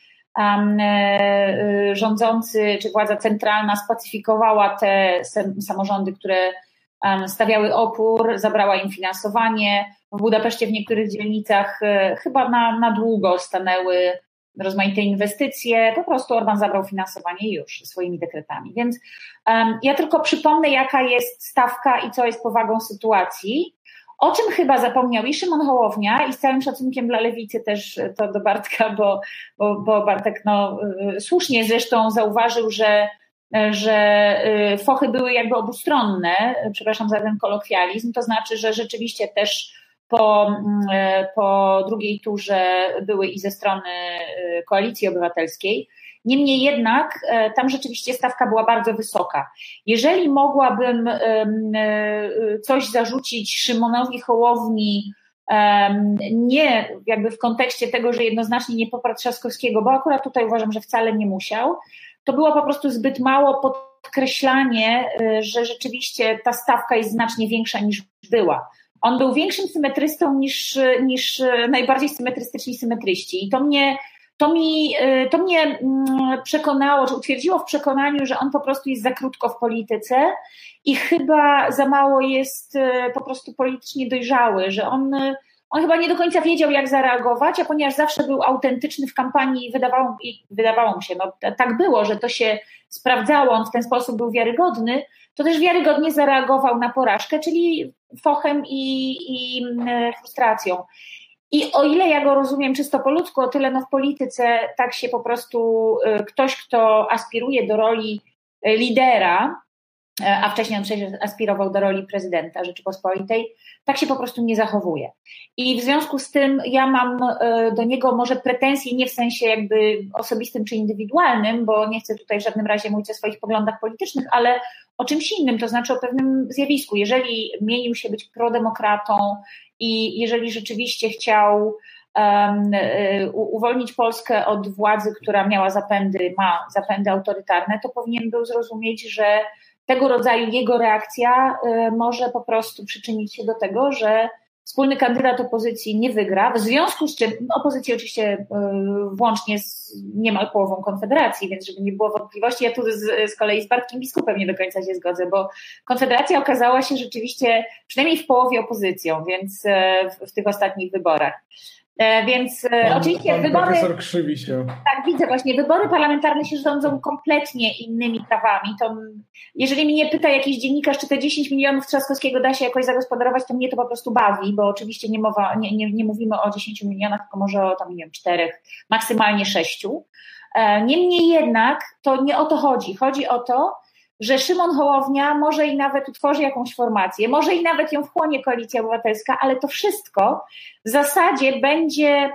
rządzący czy władza centralna spacyfikowała te samorządy, które stawiały opór, zabrała im finansowanie. W Budapeszcie w niektórych dzielnicach chyba na długo stanęły rozmaite inwestycje, po prostu Orbán zabrał finansowanie już swoimi dekretami. Więc ja tylko przypomnę, jaka jest stawka i co jest powagą sytuacji, o czym chyba zapomniał i Szymon Hołownia, i z całym szacunkiem dla Lewicy też to do Bartka, bo Bartek słusznie zresztą zauważył, że fochy były jakby obustronne, przepraszam za ten kolokwializm, to znaczy, że rzeczywiście też po drugiej turze były i ze strony Koalicji Obywatelskiej. Niemniej jednak tam rzeczywiście stawka była bardzo wysoka. Jeżeli mogłabym coś zarzucić Szymonowi Hołowni, nie jakby w kontekście tego, że jednoznacznie nie poparł Trzaskowskiego, bo akurat tutaj uważam, że wcale nie musiał, to było po prostu zbyt mało podkreślanie, że rzeczywiście ta stawka jest znacznie większa niż była. On był większym symetrystą niż najbardziej symetrystyczni symetryści. I to mnie przekonało, czy utwierdziło w przekonaniu, że on po prostu jest za krótko w polityce i chyba za mało jest po prostu politycznie dojrzały, że on chyba nie do końca wiedział, jak zareagować, a ponieważ zawsze był autentyczny w kampanii, wydawało mu się, tak było, że to się sprawdzało, on w ten sposób był wiarygodny, to też wiarygodnie zareagował na porażkę, czyli fochem i frustracją. I o ile ja go rozumiem czysto po ludzku, o tyle w polityce tak się po prostu ktoś, kto aspiruje do roli lidera, a wcześniej on przecież aspirował do roli prezydenta Rzeczypospolitej, tak się po prostu nie zachowuje. I w związku z tym ja mam do niego może pretensje nie w sensie jakby osobistym czy indywidualnym, bo nie chcę tutaj w żadnym razie mówić o swoich poglądach politycznych, ale o czymś innym, to znaczy o pewnym zjawisku. Jeżeli mienił się być prodemokratą i jeżeli rzeczywiście chciał uwolnić Polskę od władzy, która ma zapędy autorytarne, to powinien był zrozumieć, że tego rodzaju jego reakcja może po prostu przyczynić się do tego, że wspólny kandydat opozycji nie wygra, w związku z czym opozycji oczywiście włącznie z niemal połową Konfederacji, więc żeby nie było wątpliwości, ja tu z kolei z Bartkiem Biskupem nie do końca się zgodzę, bo Konfederacja okazała się rzeczywiście przynajmniej w połowie opozycją, więc w tych ostatnich wyborach. Więc oczywiście wybory. Profesor krzywi się. Tak, widzę właśnie, wybory parlamentarne się rządzą kompletnie innymi prawami. To, jeżeli mnie pyta jakiś dziennikarz, czy te 10 milionów Trzaskowskiego da się jakoś zagospodarować, to mnie to po prostu bawi, bo oczywiście nie mówimy o 10 milionach, tylko może o 4, maksymalnie 6. Niemniej jednak to nie o to chodzi. Chodzi o to, że Szymon Hołownia może i nawet utworzy jakąś formację, może i nawet ją wchłonie Koalicja Obywatelska, ale to wszystko w zasadzie będzie,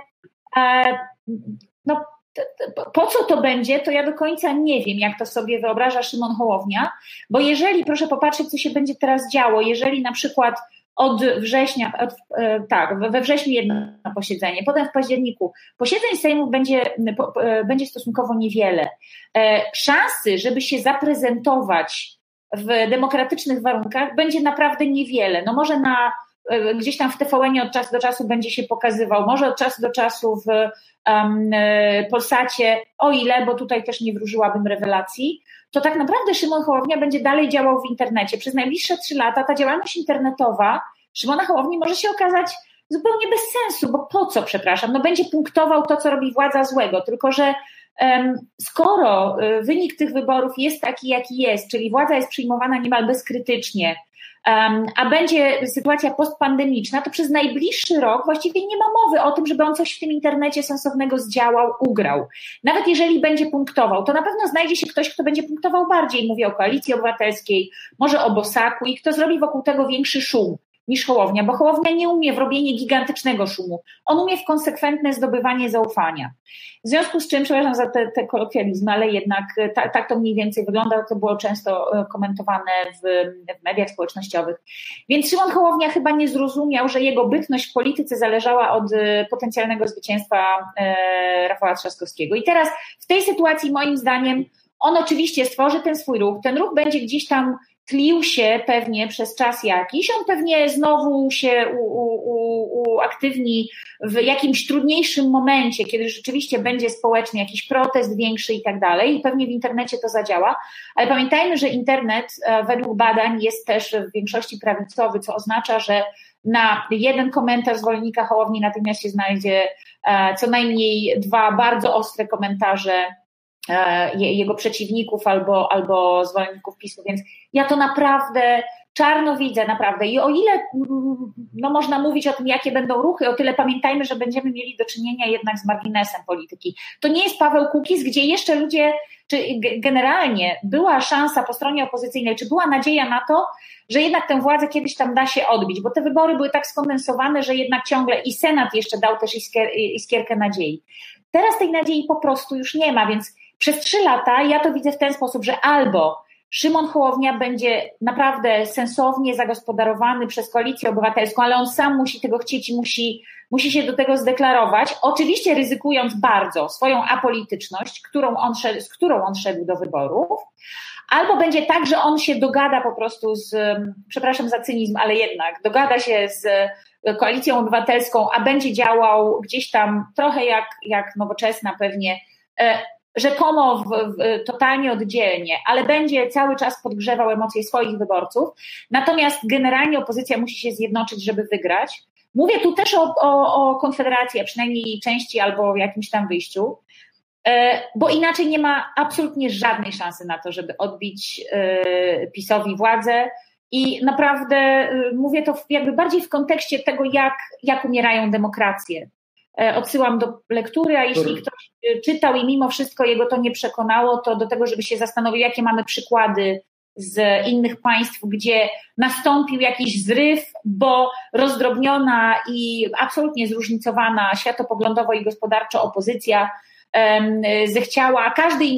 po co to będzie, to ja do końca nie wiem, jak to sobie wyobraża Szymon Hołownia, bo jeżeli, proszę popatrzeć, co się będzie teraz działo, jeżeli na przykład od września, we wrześniu jedno posiedzenie, potem w październiku. Posiedzeń Sejmu będzie stosunkowo niewiele. Szansy, żeby się zaprezentować w demokratycznych warunkach będzie naprawdę niewiele. No może gdzieś tam w TVN-ie od czasu do czasu będzie się pokazywał, może od czasu do czasu w Polsacie, o ile, bo tutaj też nie wróżyłabym rewelacji, to tak naprawdę Szymon Hołownia będzie dalej działał w internecie. Przez najbliższe 3 lata ta działalność internetowa Szymona Hołowni może się okazać zupełnie bez sensu, bo po co, przepraszam, będzie punktował to, co robi władza złego, tylko że skoro wynik tych wyborów jest taki, jaki jest, czyli władza jest przyjmowana niemal bezkrytycznie, a będzie sytuacja postpandemiczna, to przez najbliższy rok właściwie nie ma mowy o tym, żeby on coś w tym internecie sensownego zdziałał, ugrał. Nawet jeżeli będzie punktował, to na pewno znajdzie się ktoś, kto będzie punktował bardziej. Mówię o Koalicji Obywatelskiej, może o Bosaku i kto zrobi wokół tego większy szum. niż Hołownia, bo Hołownia nie umie w robienie gigantycznego szumu. On umie w konsekwentne zdobywanie zaufania. W związku z czym, przepraszam za te kolokwializmy, ale jednak tak to mniej więcej wygląda, to było często komentowane w mediach społecznościowych. Więc Szymon Hołownia chyba nie zrozumiał, że jego bytność w polityce zależała od potencjalnego zwycięstwa Rafała Trzaskowskiego. I teraz w tej sytuacji moim zdaniem on oczywiście stworzy ten swój ruch, ten ruch będzie gdzieś tam tlił się pewnie przez czas jakiś, on pewnie znowu się uaktywni w jakimś trudniejszym momencie, kiedy rzeczywiście będzie społeczny jakiś protest większy i tak dalej i pewnie w internecie to zadziała, ale pamiętajmy, że internet według badań jest też w większości prawicowy, co oznacza, że na jeden komentarz zwolennika Hołowni natychmiast się znajdzie co najmniej 2 bardzo ostre komentarze jego przeciwników albo zwolenników PiS-u, więc ja to naprawdę czarno widzę, naprawdę. I o ile można mówić o tym, jakie będą ruchy, o tyle pamiętajmy, że będziemy mieli do czynienia jednak z marginesem polityki. To nie jest Paweł Kukiz, gdzie jeszcze ludzie, czy generalnie była szansa po stronie opozycyjnej, czy była nadzieja na to, że jednak tę władzę kiedyś tam da się odbić, bo te wybory były tak skondensowane, że jednak ciągle i Senat jeszcze dał też iskierkę nadziei. Teraz tej nadziei po prostu już nie ma, więc przez 3 lata ja to widzę w ten sposób, że albo Szymon Hołownia będzie naprawdę sensownie zagospodarowany przez Koalicję Obywatelską, ale on sam musi tego chcieć i musi się do tego zdeklarować, oczywiście ryzykując bardzo swoją apolityczność, z którą on szedł do wyborów, albo będzie tak, że on się dogada po prostu przepraszam za cynizm, ale jednak dogada się z Koalicją Obywatelską, a będzie działał gdzieś tam trochę jak Nowoczesna pewnie, rzekomo totalnie oddzielnie, ale będzie cały czas podgrzewał emocje swoich wyborców. Natomiast generalnie opozycja musi się zjednoczyć, żeby wygrać. Mówię tu też o Konfederacji, a przynajmniej jej części albo jakimś tam wyjściu, bo inaczej nie ma absolutnie żadnej szansy na to, żeby odbić PiS-owi władzę. I naprawdę mówię to jakby bardziej w kontekście tego, jak umierają demokracje. Odsyłam do lektury, a jeśli ktoś czytał i mimo wszystko jego to nie przekonało, to do tego, żeby się zastanowił, jakie mamy przykłady z innych państw, gdzie nastąpił jakiś zryw, bo rozdrobniona i absolutnie zróżnicowana światopoglądowo i gospodarczo opozycja zechciała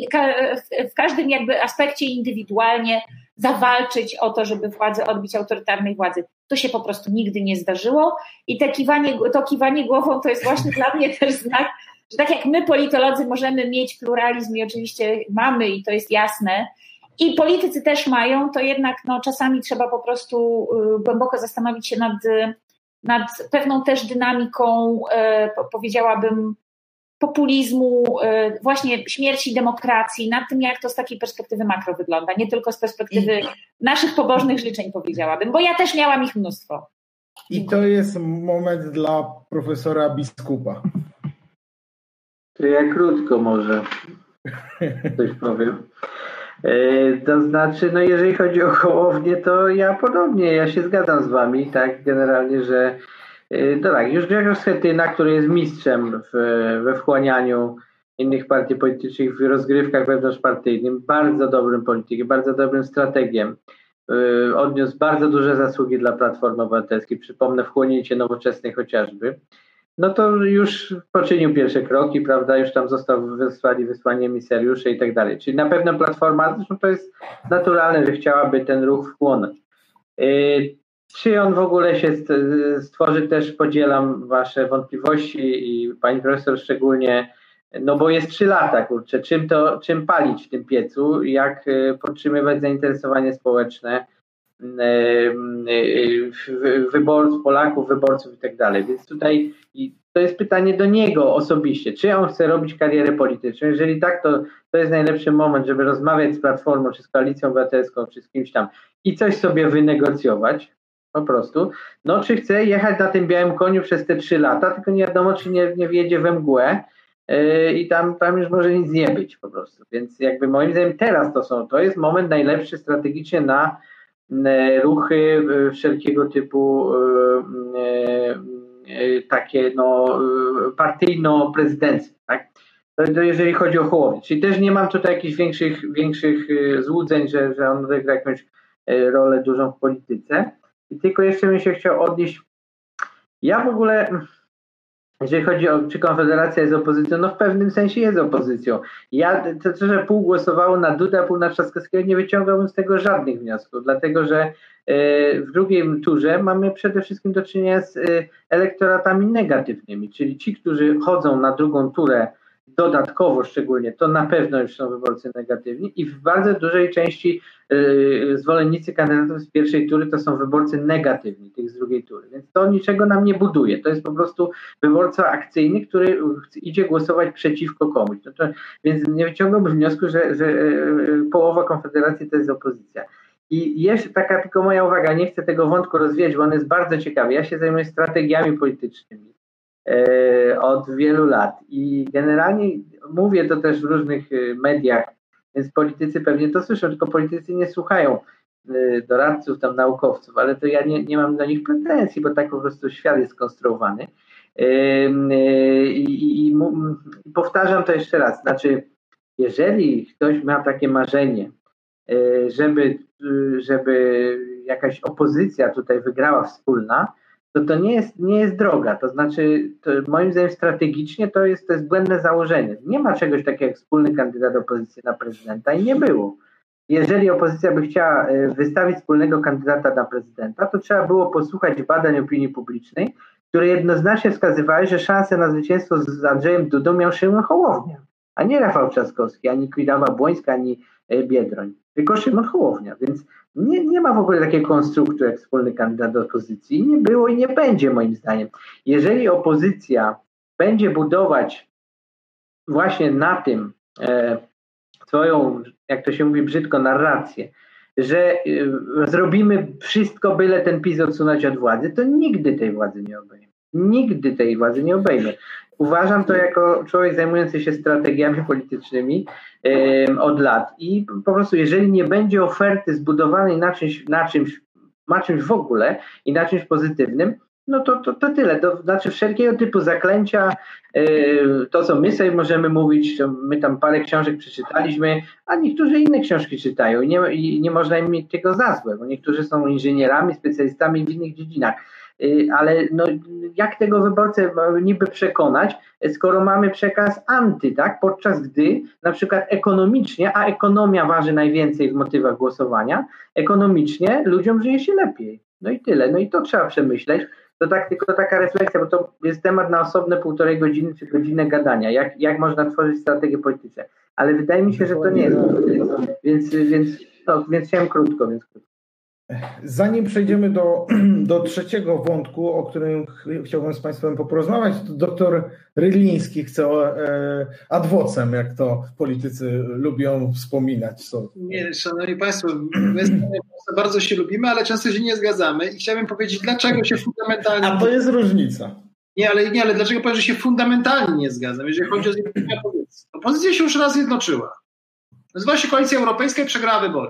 w każdym jakby aspekcie indywidualnie zawalczyć o to, żeby władzę odbić autorytarnej władzy. To się po prostu nigdy nie zdarzyło i to kiwanie głową to jest właśnie dla mnie też znak, że tak jak my politolodzy możemy mieć pluralizm i oczywiście mamy i to jest jasne i politycy też mają, to jednak czasami trzeba po prostu głęboko zastanowić się nad pewną też dynamiką, powiedziałabym, populizmu, właśnie śmierci demokracji, nad tym, jak to z takiej perspektywy makro wygląda, nie tylko z perspektywy naszych pobożnych życzeń, powiedziałabym, bo ja też miałam ich mnóstwo. I to jest moment dla profesora Biskupa. To ja krótko może coś powiem. To znaczy, jeżeli chodzi o Hołownię, to ja podobnie, ja się zgadzam z wami, tak, generalnie, że to tak, już Grzegorz Schetyna, który jest mistrzem we wchłanianiu innych partii politycznych w rozgrywkach wewnątrzpartyjnym, bardzo dobrym politykiem, bardzo dobrym strategiem, odniósł bardzo duże zasługi dla Platformy Obywatelskiej, przypomnę wchłonięcie Nowoczesnej chociażby, to już poczynił pierwsze kroki, prawda, już tam został wysłani emisariusze i tak dalej, czyli na pewno Platforma, zresztą to jest naturalne, że chciałaby ten ruch wchłonąć. Czy on w ogóle się stworzy, też podzielam wasze wątpliwości i pani profesor szczególnie, bo jest 3 lata, kurczę, czym palić w tym piecu, jak podtrzymywać zainteresowanie społeczne wyborców, Polaków, wyborców i tak dalej. Więc tutaj to jest pytanie do niego osobiście, czy on chce robić karierę polityczną. Jeżeli tak, to jest najlepszy moment, żeby rozmawiać z Platformą, czy z Koalicją Obywatelską, czy z kimś tam i coś sobie wynegocjować. Po prostu. Czy chce jechać na tym białym koniu przez te 3 lata, tylko nie wiadomo, czy nie wjedzie we mgłę i tam już może nic nie być po prostu. Więc jakby moim zdaniem teraz to jest moment najlepszy strategicznie na ruchy wszelkiego typu takie partyjno-prezydenckie, tak? To jeżeli chodzi o Hołownię. Czyli też nie mam tutaj jakichś większych złudzeń, że on odegra jakąś rolę dużą w polityce. I tylko jeszcze bym się chciał odnieść. Ja w ogóle, jeżeli chodzi o czy Konfederacja jest opozycją, no w pewnym sensie jest opozycją. Ja to, że pół głosowało na Dudę, a pół na Trzaskowskiego, nie wyciągałbym z tego żadnych wniosków, dlatego że w drugim turze mamy przede wszystkim do czynienia z elektoratami negatywnymi, czyli ci, którzy chodzą na drugą turę dodatkowo szczególnie, to na pewno już są wyborcy negatywni i w bardzo dużej części zwolennicy kandydatów z pierwszej tury to są wyborcy negatywni, tych z drugiej tury, więc to niczego nam nie buduje, to jest po prostu wyborca akcyjny, który idzie głosować przeciwko komuś, więc nie wyciągałbym wniosku, że połowa Konfederacji to jest opozycja. I jeszcze taka tylko moja uwaga, nie chcę tego wątku rozwijać, bo on jest bardzo ciekawy, ja się zajmuję strategiami politycznymi od wielu lat i generalnie mówię to też w różnych mediach, więc politycy pewnie to słyszą, tylko politycy nie słuchają doradców, tam naukowców, ale to ja nie mam do nich pretensji, bo tak po prostu świat jest skonstruowany. I powtarzam to jeszcze raz, znaczy jeżeli ktoś ma takie marzenie, żeby jakaś opozycja tutaj wygrała wspólna, to nie jest droga, to znaczy to moim zdaniem strategicznie to jest błędne założenie. Nie ma czegoś takiego jak wspólny kandydat opozycji na prezydenta i nie było. Jeżeli opozycja by chciała wystawić wspólnego kandydata na prezydenta, to trzeba było posłuchać badań opinii publicznej, które jednoznacznie wskazywały, że szansę na zwycięstwo z Andrzejem Dudą miał Szymon Hołownia, a nie Rafał Trzaskowski, ani Kidawa-Błońska, ani Biedroń, tylko Szymon Hołownia, więc nie ma w ogóle takiego konstruktu jak wspólny kandydat do opozycji. Nie było i nie będzie moim zdaniem. Jeżeli opozycja będzie budować właśnie na tym swoją, jak to się mówi brzydko, narrację, że zrobimy wszystko, byle ten PiS odsunąć od władzy, to nigdy tej władzy nie obejmie. Nigdy tej władzy nie obejmie. Uważam to jako człowiek zajmujący się strategiami politycznymi od lat i po prostu jeżeli nie będzie oferty zbudowanej na czymś w ogóle i na czymś pozytywnym, no to tyle. To znaczy wszelkiego typu zaklęcia, to co my sobie możemy mówić, to my tam parę książek przeczytaliśmy, a niektórzy inne książki czytają i nie można im mieć tego za złe, bo niektórzy są inżynierami, specjalistami w innych dziedzinach. Ale no, jak tego wyborcę niby przekonać, skoro mamy przekaz anty, tak? Podczas gdy na przykład ekonomicznie, a ekonomia waży najwięcej w motywach głosowania, ekonomicznie ludziom żyje się lepiej. No i tyle. No i to trzeba przemyśleć. To tak, tylko taka refleksja, bo to jest temat na osobne 1,5 godziny czy godzinę gadania. Jak można tworzyć strategie polityczne. Ale wydaje mi się, że to nie jest. Więc chciałem krótko. Zanim przejdziemy do trzeciego wątku, o którym chciałbym z Państwem porozmawiać, to doktor Rydliński chce ad vocem, jak to politycy lubią wspominać. Nie, szanowni Państwo, my bardzo się lubimy, ale często się nie zgadzamy i chciałbym powiedzieć, dlaczego się fundamentalnie... A to jest różnica. Ale dlaczego powiem, że się fundamentalnie nie zgadzam, jeżeli chodzi o zjednoczenie opozycji. Opozycja się już raz zjednoczyła. Nazywa się Koalicja Europejska i przegrała wybory.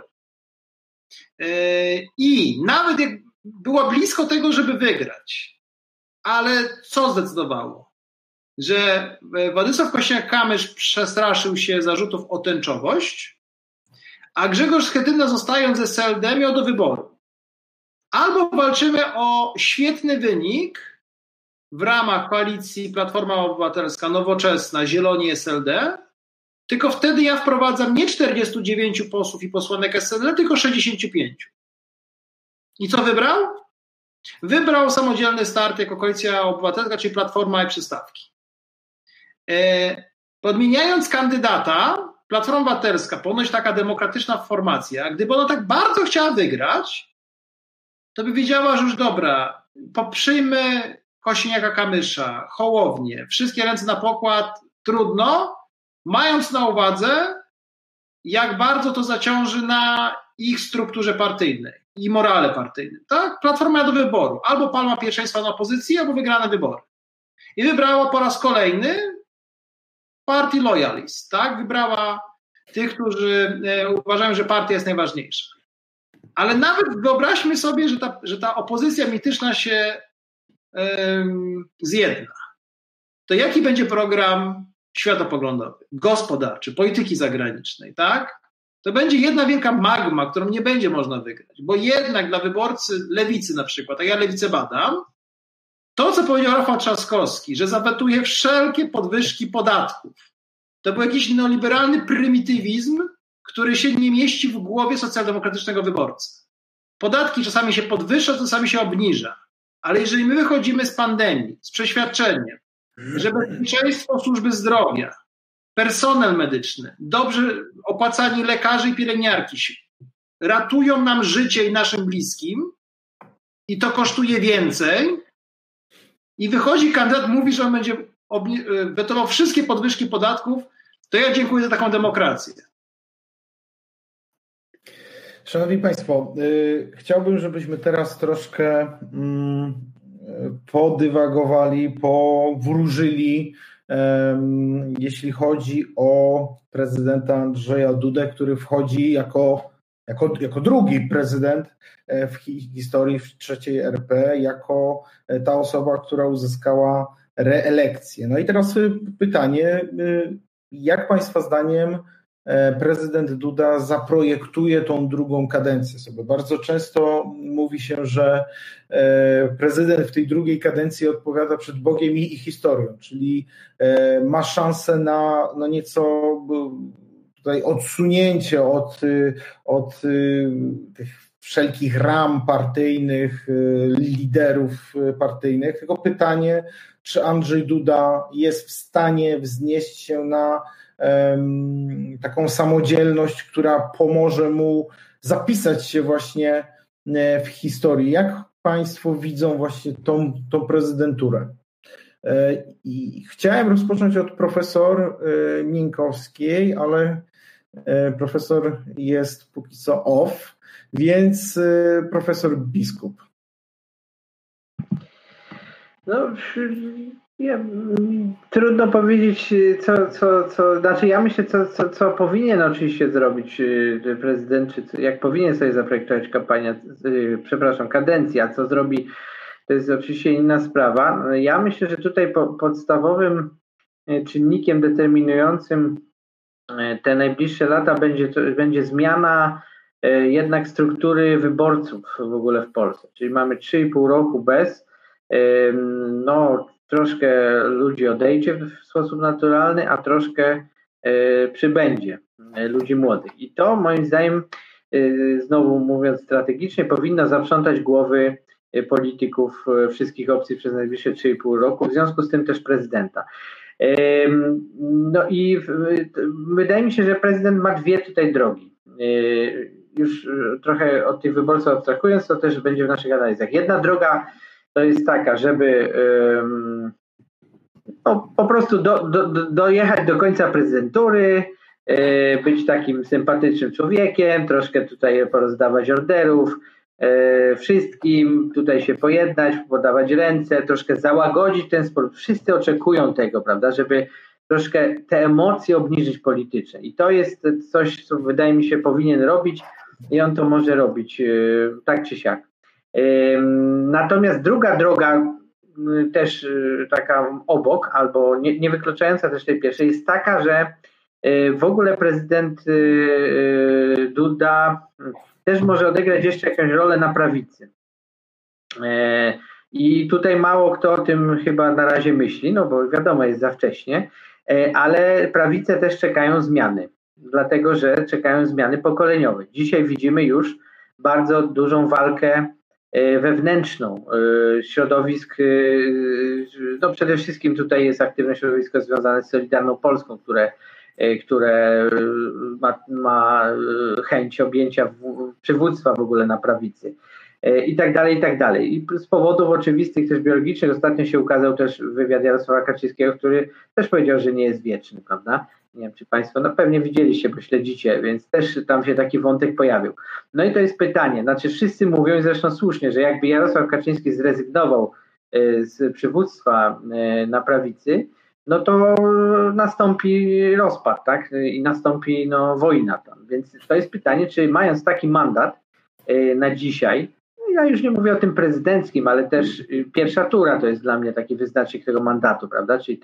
I nawet jak było blisko tego, żeby wygrać, ale co zdecydowało? Że Władysław Kosiniak-Kamysz przestraszył się zarzutów o tęczowość, a Grzegorz Schetyna, zostając z SLD, miał do wyboru. Albo walczymy o świetny wynik w ramach koalicji Platforma Obywatelska, Nowoczesna, Zieloni, SLD, tylko wtedy ja wprowadzam nie 49 posłów i posłanek SLD, tylko 65. I co wybrał? Wybrał samodzielny start jako Koalicja Obywatelska, czyli Platforma i przystawki. Podmieniając kandydata, Platforma Obywatelska, ponoć taka demokratyczna formacja, gdyby ona tak bardzo chciała wygrać, to by wiedziała, że już dobra, poprzyjmy Kosiniaka-Kamysza, Hołownię, wszystkie ręce na pokład, trudno, mając na uwadze, jak bardzo to zaciąży na ich strukturze partyjnej i morale partyjnym. Tak? Platforma miała do wyboru. Albo palma pierwszeństwa na opozycji, albo wygrane wybory. I wybrała po raz kolejny Party Loyalist. Tak? Wybrała tych, którzy uważają, że partia jest najważniejsza. Ale nawet wyobraźmy sobie, że ta opozycja mityczna się zjedna. To jaki będzie program światopoglądowy, gospodarczy, polityki zagranicznej, tak? to będzie jedna wielka magma, którą nie będzie można wygrać, bo jednak dla wyborcy lewicy na przykład, a ja lewicę badam, to co powiedział Rafał Trzaskowski, że zawetuje wszelkie podwyżki podatków, to był jakiś neoliberalny prymitywizm, który się nie mieści w głowie socjaldemokratycznego wyborcy. Podatki czasami się podwyższa, czasami się obniża, ale jeżeli my wychodzimy z pandemii z przeświadczeniem, że bezpieczeństwo służby zdrowia, personel medyczny, dobrze opłacani lekarze i pielęgniarki ratują nam życie i naszym bliskim i to kosztuje więcej i wychodzi kandydat, mówi, że on będzie wetował wszystkie podwyżki podatków, to ja dziękuję za taką demokrację. Szanowni Państwo, chciałbym, żebyśmy teraz troszkę podywagowali, powróżyli, jeśli chodzi o prezydenta Andrzeja Dudę, który wchodzi jako drugi prezydent w historii w III RP, jako ta osoba, która uzyskała reelekcję. No i teraz pytanie, jak Państwa zdaniem prezydent Duda zaprojektuje tą drugą kadencję sobie? Bardzo często mówi się, że prezydent w tej drugiej kadencji odpowiada przed Bogiem i historią, czyli ma szansę na nieco tutaj odsunięcie od tych wszelkich ram partyjnych, liderów partyjnych. Tylko pytanie, czy Andrzej Duda jest w stanie wznieść się na taką samodzielność, która pomoże mu zapisać się właśnie w historii. Jak Państwo widzą właśnie tą prezydenturę? I chciałem rozpocząć od profesor Miękowskiej, ale profesor jest póki co off, więc profesor Biskup. No, trudno powiedzieć, co znaczy ja myślę, co powinien oczywiście zrobić prezydent, czy jak powinien sobie zaprojektować kadencję, a co zrobi, to jest oczywiście inna sprawa. Ja myślę, że tutaj podstawowym czynnikiem determinującym te najbliższe lata będzie zmiana jednak struktury wyborców w ogóle w Polsce. Czyli mamy 3,5 roku bez, troszkę ludzi odejdzie w sposób naturalny, a troszkę przybędzie ludzi młodych. I to moim zdaniem, znowu mówiąc strategicznie, powinno zaprzątać głowy polityków wszystkich opcji przez najbliższe 3,5 roku, w związku z tym też prezydenta. No i wydaje mi się, że prezydent ma dwie tutaj drogi. Już trochę od tych wyborców abstrahując, to też będzie w naszych analizach. Jedna droga to jest taka, żeby po prostu dojechać do końca prezydentury, być takim sympatycznym człowiekiem, troszkę tutaj porozdawać orderów wszystkim, tutaj się pojednać, podawać ręce, troszkę załagodzić ten spór. Wszyscy oczekują tego, prawda, żeby troszkę te emocje obniżyć polityczne. I to jest coś, co wydaje mi się powinien robić i on to może robić tak czy siak. Natomiast druga droga, też taka obok, albo nie wykluczająca też tej pierwszej, jest taka, że w ogóle prezydent Duda też może odegrać jeszcze jakąś rolę na prawicy. I tutaj mało kto o tym chyba na razie myśli, no bo wiadomo, jest za wcześnie, ale prawice też czekają zmiany, dlatego że czekają zmiany pokoleniowe. Dzisiaj widzimy już bardzo dużą walkę wewnętrzną środowisk, no przede wszystkim tutaj jest aktywne środowisko związane z Solidarną Polską, które ma chęć objęcia przywództwa w ogóle na prawicy i tak dalej, i tak dalej. I z powodów oczywistych, też biologicznych, ostatnio się ukazał też wywiad Jarosława Kaczyńskiego, który też powiedział, że nie jest wieczny, prawda? Nie wiem, czy Państwo, no pewnie widzieliście, bo śledzicie, więc też tam się taki wątek pojawił. No i to jest pytanie, znaczy wszyscy mówią, i zresztą słusznie, że jakby Jarosław Kaczyński zrezygnował z przywództwa na prawicy, no to nastąpi rozpad, tak? I nastąpi wojna tam. Więc to jest pytanie, czy mając taki mandat na dzisiaj, ja już nie mówię o tym prezydenckim, ale też pierwsza tura to jest dla mnie taki wyznacznik tego mandatu, prawda? Czyli te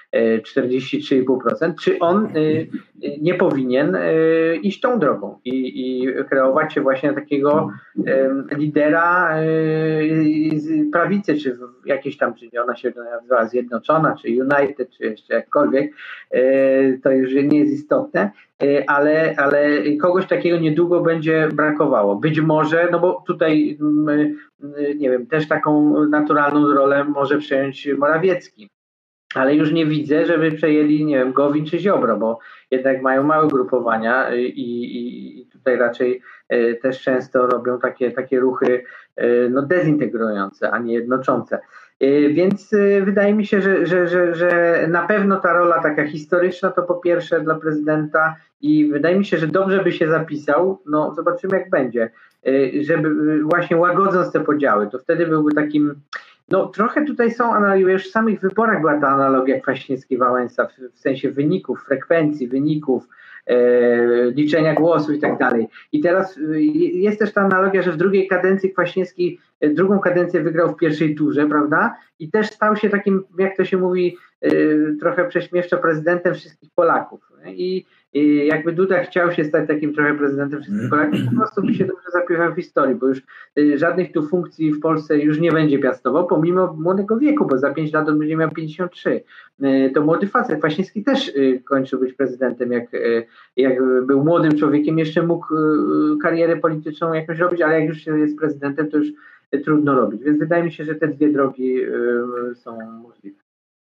43,5%, czy on nie powinien iść tą drogą i kreować się właśnie takiego lidera z prawicy, czy jakiejś tam, czy ona się nazywała Zjednoczona, czy United, czy jeszcze jakkolwiek, to już nie jest istotne, ale kogoś takiego niedługo będzie brakowało. Być może, no bo tutaj nie wiem, też taką naturalną rolę może przejąć Morawiecki. Ale już nie widzę, żeby przejęli, nie wiem, Gowin czy Ziobro, bo jednak mają małe grupowania i tutaj raczej też często robią takie ruchy no, dezintegrujące, a nie jednoczące. Więc wydaje mi się, że na pewno ta rola taka historyczna to po pierwsze dla prezydenta i wydaje mi się, że dobrze by się zapisał, no zobaczymy jak będzie, żeby właśnie łagodząc te podziały, to wtedy byłby takim, no trochę tutaj są analogie, już w samych wyborach była ta analogia Kwaśniewski-Wałęsa w sensie wyników, frekwencji, wyników, liczenia głosów i tak dalej. I teraz jest też ta analogia, że w drugiej kadencji Kwaśniewski drugą kadencję wygrał w pierwszej turze, prawda? I też stał się takim, jak to się mówi, trochę prześmieszczo prezydentem wszystkich Polaków. I jakby Duda chciał się stać takim trochę prezydentem wszystkich Polaków, po prostu by się dobrze zapisał w historii, bo już żadnych tu funkcji w Polsce już nie będzie piastował, pomimo młodego wieku, bo za 5 lat on będzie miał 53. To młody facet. Kwaśniewski też kończył być prezydentem, jak był młodym człowiekiem, jeszcze mógł karierę polityczną jakąś robić, ale jak już się jest prezydentem, to już trudno robić. Więc wydaje mi się, że te dwie drogi są możliwe.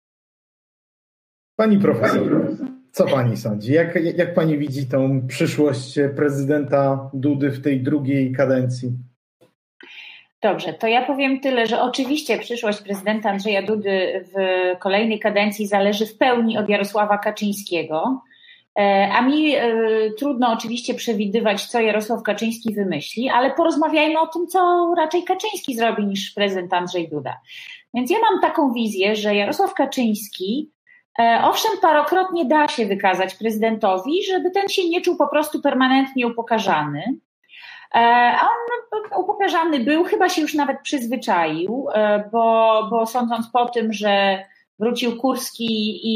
Pani profesor, co pani sądzi? Jak pani widzi tą przyszłość prezydenta Dudy w tej drugiej kadencji? Dobrze, to ja powiem tyle, że oczywiście przyszłość prezydenta Andrzeja Dudy w kolejnej kadencji zależy w pełni od Jarosława Kaczyńskiego, a mi trudno oczywiście przewidywać, co Jarosław Kaczyński wymyśli, ale porozmawiajmy o tym, co raczej Kaczyński zrobi niż prezydent Andrzej Duda. Więc ja mam taką wizję, że Jarosław Kaczyński owszem, parokrotnie da się wykazać prezydentowi, żeby ten się nie czuł po prostu permanentnie upokarzany. A on upokarzany był, chyba się już nawet przyzwyczaił, bo sądząc po tym, że wrócił Kurski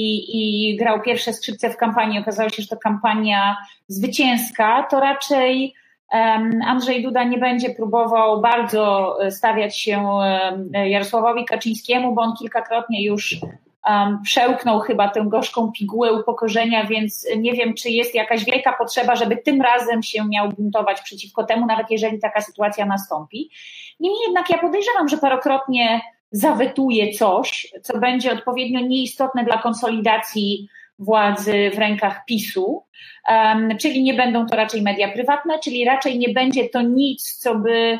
i grał pierwsze skrzypce w kampanii, okazało się, że to kampania zwycięska, to raczej Andrzej Duda nie będzie próbował bardzo stawiać się Jarosławowi Kaczyńskiemu, bo on kilkakrotnie już przełknął chyba tę gorzką pigułę upokorzenia, więc nie wiem, czy jest jakaś wielka potrzeba, żeby tym razem się miał buntować przeciwko temu, nawet jeżeli taka sytuacja nastąpi. Niemniej jednak ja podejrzewam, że parokrotnie zawetuje coś, co będzie odpowiednio nieistotne dla konsolidacji władzy w rękach PiS-u, czyli nie będą to raczej media prywatne, czyli raczej nie będzie to nic, co by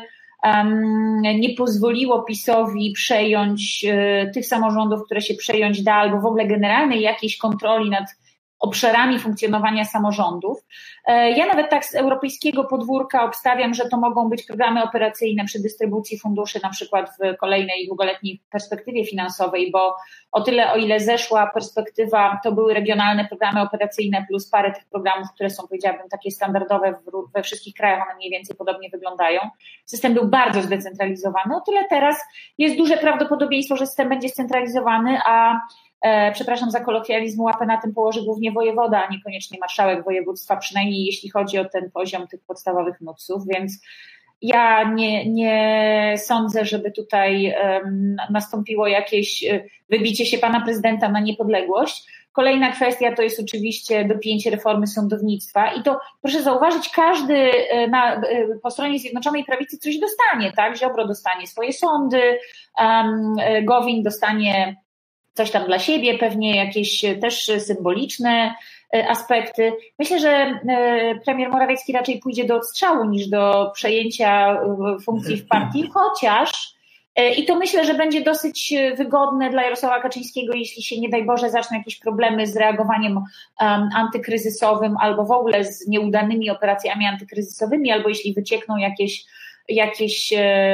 nie pozwoliło PiS-owi przejąć tych samorządów, które się przejąć da, albo w ogóle generalnej jakiejś kontroli nad obszarami funkcjonowania samorządów. Ja nawet tak z europejskiego podwórka obstawiam, że to mogą być programy operacyjne przy dystrybucji funduszy, na przykład w kolejnej długoletniej perspektywie finansowej, bo o tyle, o ile zeszła perspektywa, to były regionalne programy operacyjne plus parę tych programów, które są, powiedziałabym, takie standardowe we wszystkich krajach, one mniej więcej podobnie wyglądają. System był bardzo zdecentralizowany, o tyle teraz jest duże prawdopodobieństwo, że system będzie scentralizowany, a przepraszam za kolokwializm, łapę na tym położy głównie wojewoda, a niekoniecznie marszałek województwa, przynajmniej jeśli chodzi o ten poziom tych podstawowych nutców, więc ja nie sądzę, żeby tutaj nastąpiło jakieś wybicie się pana prezydenta na niepodległość. Kolejna kwestia to jest oczywiście dopięcie reformy sądownictwa i to proszę zauważyć, każdy po stronie Zjednoczonej Prawicy coś dostanie, tak? Ziobro dostanie swoje sądy, Gowin dostanie coś tam dla siebie, pewnie jakieś też symboliczne aspekty. Myślę, że premier Morawiecki raczej pójdzie do odstrzału niż do przejęcia funkcji w partii, chociaż i to myślę, że będzie dosyć wygodne dla Jarosława Kaczyńskiego, jeśli się nie daj Boże zaczną jakieś problemy z reagowaniem antykryzysowym albo w ogóle z nieudanymi operacjami antykryzysowymi, albo jeśli wyciekną jakieś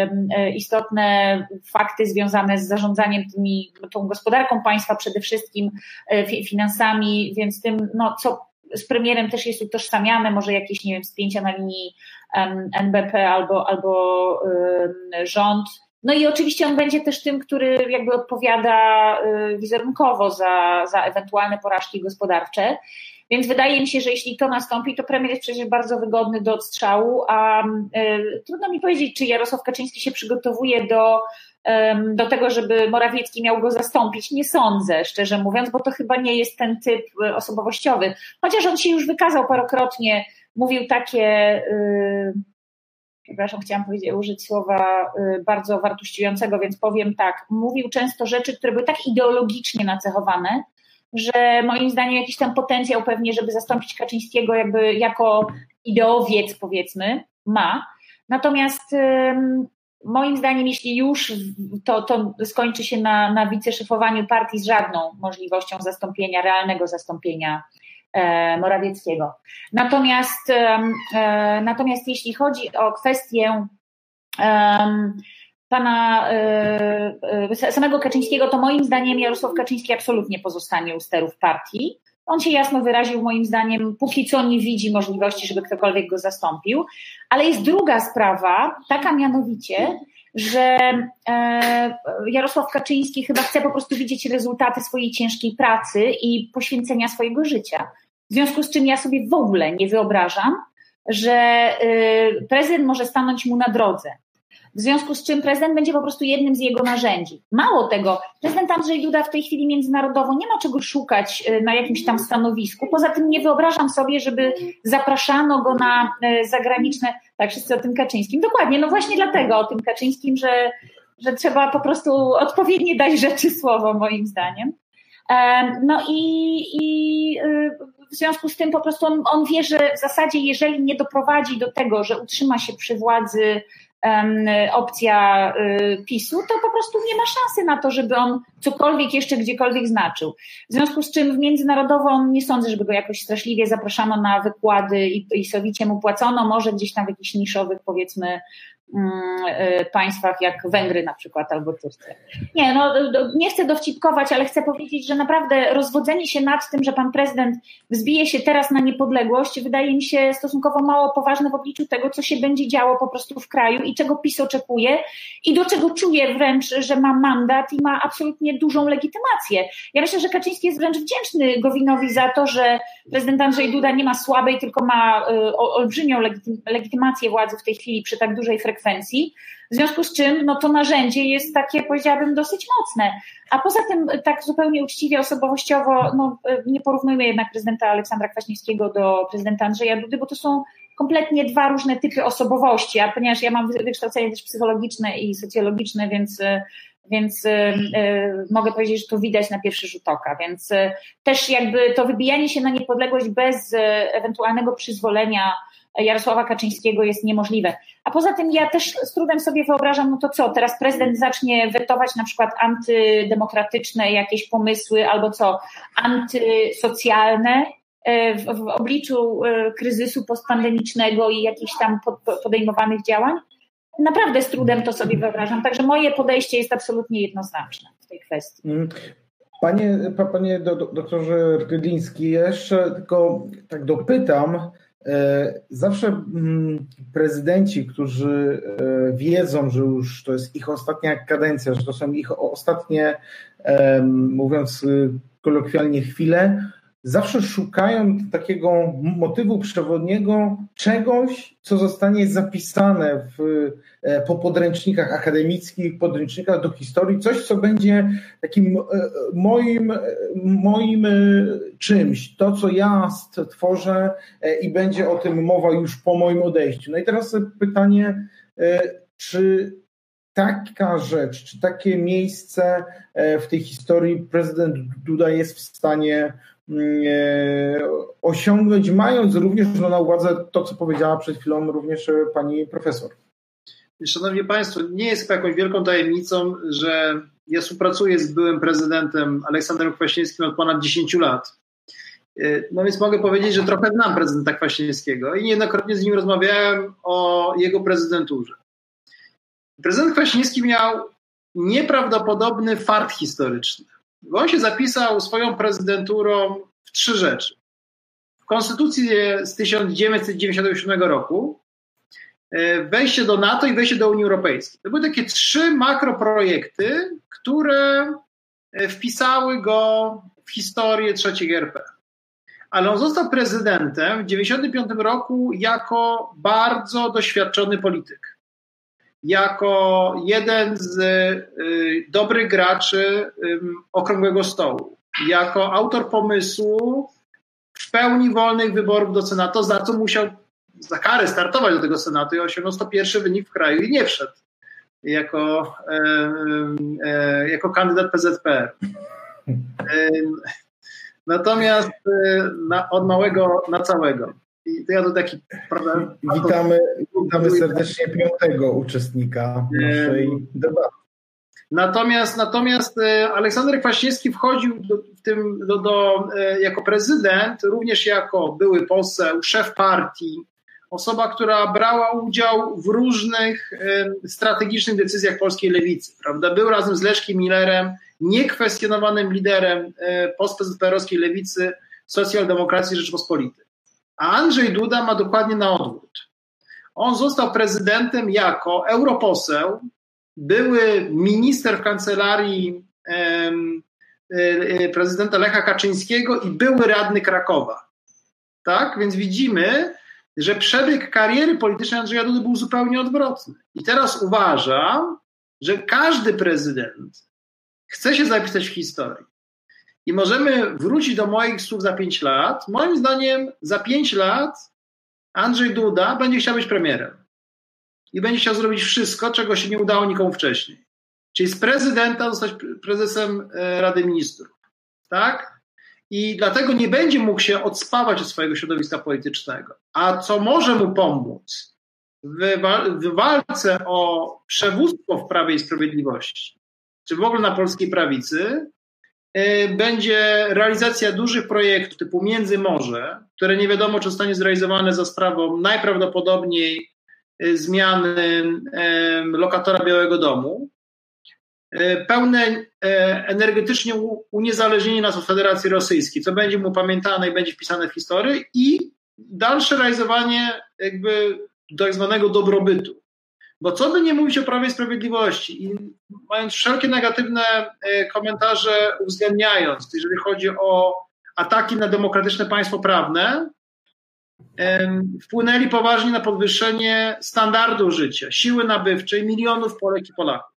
istotne fakty związane z zarządzaniem tą gospodarką państwa, przede wszystkim finansami, więc tym, co z premierem też jest utożsamiane, może jakieś, nie wiem, spięcia na linii NBP albo rząd. No i oczywiście on będzie też tym, który jakby odpowiada wizerunkowo za ewentualne porażki gospodarcze. Więc wydaje mi się, że jeśli to nastąpi, to premier jest przecież bardzo wygodny do odstrzału, a trudno mi powiedzieć, czy Jarosław Kaczyński się przygotowuje do tego, żeby Morawiecki miał go zastąpić. Nie sądzę, szczerze mówiąc, bo to chyba nie jest ten typ osobowościowy. Chociaż on się już wykazał parokrotnie, mówił takie, przepraszam, chciałam użyć słowa bardzo wartościującego, więc powiem tak, mówił często rzeczy, które były tak ideologicznie nacechowane, że moim zdaniem jakiś tam potencjał pewnie, żeby zastąpić Kaczyńskiego jakby jako ideowiec, powiedzmy, ma. Natomiast moim zdaniem, jeśli już to skończy się na wiceszefowaniu partii z żadną możliwością zastąpienia, realnego zastąpienia Morawieckiego. Natomiast jeśli chodzi o kwestię pana samego Kaczyńskiego, to moim zdaniem Jarosław Kaczyński absolutnie pozostanie u sterów partii. On się jasno wyraził, moim zdaniem, póki co nie widzi możliwości, żeby ktokolwiek go zastąpił. Ale jest druga sprawa, taka mianowicie, że Jarosław Kaczyński chyba chce po prostu widzieć rezultaty swojej ciężkiej pracy i poświęcenia swojego życia. W związku z czym ja sobie w ogóle nie wyobrażam, że prezydent może stanąć mu na drodze. W związku z czym prezydent będzie po prostu jednym z jego narzędzi. Mało tego, prezydent Andrzej Duda w tej chwili międzynarodowo nie ma czego szukać na jakimś tam stanowisku. Poza tym nie wyobrażam sobie, żeby zapraszano go na zagraniczne, tak wszyscy o tym Kaczyńskim. Dokładnie, no właśnie dlatego o tym Kaczyńskim, że trzeba po prostu odpowiednie dać rzeczy słowo, moim zdaniem. No i w związku z tym po prostu on wie, że w zasadzie jeżeli nie doprowadzi do tego, że utrzyma się przy władzy opcja PiS-u, to po prostu nie ma szansy na to, żeby on cokolwiek jeszcze gdziekolwiek znaczył. W związku z czym międzynarodowo nie sądzę, żeby go jakoś straszliwie zapraszano na wykłady i sowicie mu płacono, może gdzieś tam w jakichś niszowych, powiedzmy, państwach jak Węgry na przykład albo Turcja. Nie, nie chcę dowcipkować, ale chcę powiedzieć, że naprawdę rozwodzenie się nad tym, że pan prezydent wzbije się teraz na niepodległość, wydaje mi się stosunkowo mało poważne w obliczu tego, co się będzie działo po prostu w kraju i czego PiS oczekuje i do czego czuje wręcz, że ma mandat i ma absolutnie dużą legitymację. Ja myślę, że Kaczyński jest wręcz wdzięczny Gowinowi za to, że prezydent Andrzej Duda nie ma słabej, tylko ma olbrzymią legitymację władzy w tej chwili przy tak dużej frekwencji, w związku z czym to narzędzie jest takie, powiedziałabym, dosyć mocne. A poza tym tak zupełnie uczciwie, osobowościowo, nie porównujmy jednak prezydenta Aleksandra Kwaśniewskiego do prezydenta Andrzeja Dudy, bo to są kompletnie dwa różne typy osobowości, a ponieważ ja mam wykształcenie też psychologiczne i socjologiczne, więc mogę powiedzieć, że to widać na pierwszy rzut oka, więc też jakby to wybijanie się na niepodległość bez ewentualnego przyzwolenia Jarosława Kaczyńskiego jest niemożliwe. A poza tym ja też z trudem sobie wyobrażam, to co, teraz prezydent zacznie wetować na przykład antydemokratyczne jakieś pomysły albo co, antysocjalne w obliczu kryzysu postpandemicznego i jakichś tam podejmowanych działań? Naprawdę z trudem to sobie wyobrażam. Także moje podejście jest absolutnie jednoznaczne w tej kwestii. Panie doktorze Rydliński, jeszcze tylko tak dopytam. Zawsze prezydenci, którzy wiedzą, że już to jest ich ostatnia kadencja, że to są ich ostatnie, mówiąc kolokwialnie, chwile, zawsze szukają takiego motywu przewodniego, czegoś, co zostanie zapisane po podręcznikach akademickich, podręcznikach do historii, coś, co będzie takim moim czymś, to, co ja stworzę i będzie o tym mowa już po moim odejściu. No i teraz pytanie, czy taka rzecz, czy takie miejsce w tej historii prezydent Duda jest w stanie osiągnąć, mając również na uwadze to, co powiedziała przed chwilą również pani profesor. Szanowni Państwo, nie jest chyba jakąś wielką tajemnicą, że ja współpracuję z byłym prezydentem Aleksandrem Kwaśniewskim od ponad 10 lat. No więc mogę powiedzieć, że trochę znam prezydenta Kwaśniewskiego i niejednokrotnie z nim rozmawiałem o jego prezydenturze. Prezydent Kwaśniewski miał nieprawdopodobny fart historyczny, bo on się zapisał swoją prezydenturą w 3 rzeczy. W Konstytucji z 1997 roku wejście do NATO i wejście do Unii Europejskiej. To były takie 3 makroprojekty, które wpisały go w historię III RP. Ale on został prezydentem w 1995 roku jako bardzo doświadczony polityk. Jako jeden z dobrych graczy Okrągłego Stołu. Jako autor pomysłu w pełni wolnych wyborów do Senatu, za co musiał za karę startować do tego Senatu i osiągnął 101 wynik w kraju i nie wszedł jako kandydat PZPR. Natomiast od małego na całego. I to ja to taki... Prawda, witamy serdecznie 5. uczestnika naszej debaty. Natomiast Aleksander Kwaśniewski wchodził jako prezydent, również jako były poseł, szef partii, osoba, która brała udział w różnych strategicznych decyzjach polskiej lewicy. Prawda? Był razem z Leszkiem Millerem niekwestionowanym liderem post-PZPR-owskiej lewicy socjaldemokracji Rzeczypospolitej. A Andrzej Duda ma dokładnie na odwrót. On został prezydentem jako europoseł, były minister w kancelarii prezydenta Lecha Kaczyńskiego i były radny Krakowa. Tak? Więc widzimy, że przebieg kariery politycznej Andrzeja Dudy był zupełnie odwrotny. I teraz uważam, że każdy prezydent chce się zapisać w historii. I możemy wrócić do moich słów za 5 lat. Moim zdaniem za 5 lat Andrzej Duda będzie chciał być premierem. I będzie chciał zrobić wszystko, czego się nie udało nikomu wcześniej. Czyli z prezydenta zostać prezesem Rady Ministrów. Tak? I dlatego nie będzie mógł się odspawać od swojego środowiska politycznego. A co może mu pomóc w walce o przywództwo w Prawie i Sprawiedliwości, czy w ogóle na polskiej prawicy, będzie realizacja dużych projektów typu Międzymorze, które nie wiadomo, czy zostanie zrealizowane za sprawą najprawdopodobniej zmiany lokatora Białego Domu, pełne energetycznie uniezależnienie nas od Federacji Rosyjskiej, co będzie mu pamiętane i będzie wpisane w historię, i dalsze realizowanie jakby tak zwanego dobrobytu. Bo co by nie mówić o Prawie i Sprawiedliwości, i mając wszelkie negatywne komentarze uwzględniając, jeżeli chodzi o ataki na demokratyczne państwo prawne, wpłynęli poważnie na podwyższenie standardu życia, siły nabywczej milionów Polek i Polaków.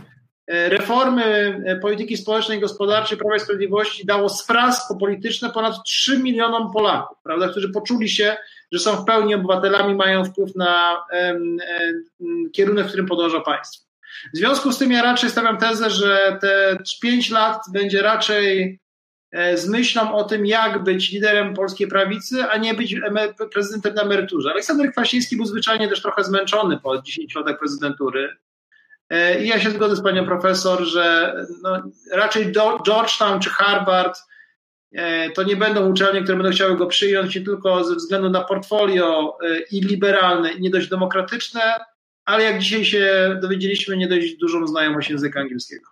Reformy polityki społecznej i gospodarczej Prawa i Sprawiedliwości dało sprawstwo polityczne ponad 3 milionom Polaków, prawda, którzy poczuli się, że są w pełni obywatelami, mają wpływ na kierunek, w którym podąża państwo. W związku z tym ja raczej stawiam tezę, że te 5 lat będzie raczej z myślą o tym, jak być liderem polskiej prawicy, a nie być prezydentem na emeryturze. Aleksander Kwaśniewski był zwyczajnie też trochę zmęczony po 10 latach prezydentury. I ja się zgodzę z panią profesor, że raczej Georgetown czy Harvard to nie będą uczelnie, które będą chciały go przyjąć nie tylko ze względu na portfolio i liberalne, i nie dość demokratyczne, ale jak dzisiaj się dowiedzieliśmy, nie dość dużą znajomość języka angielskiego.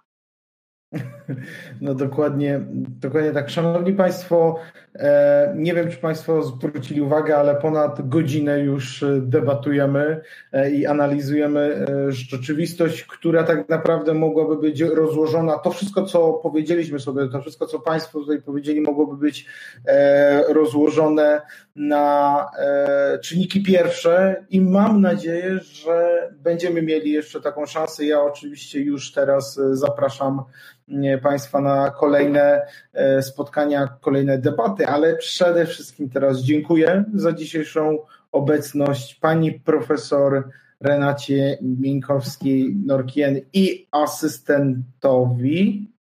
No dokładnie tak. Szanowni Państwo, nie wiem, czy Państwo zwrócili uwagę, ale ponad godzinę już debatujemy i analizujemy rzeczywistość, która tak naprawdę mogłaby być rozłożona. To wszystko, co powiedzieliśmy sobie, to wszystko, co Państwo tutaj powiedzieli, mogłoby być rozłożone na czynniki pierwsze i mam nadzieję, że będziemy mieli jeszcze taką szansę. Ja oczywiście już teraz zapraszam Państwa na kolejne spotkania, kolejne debaty, ale przede wszystkim teraz dziękuję za dzisiejszą obecność pani profesor Renacie Minkowskiej-Norkien i asystentowi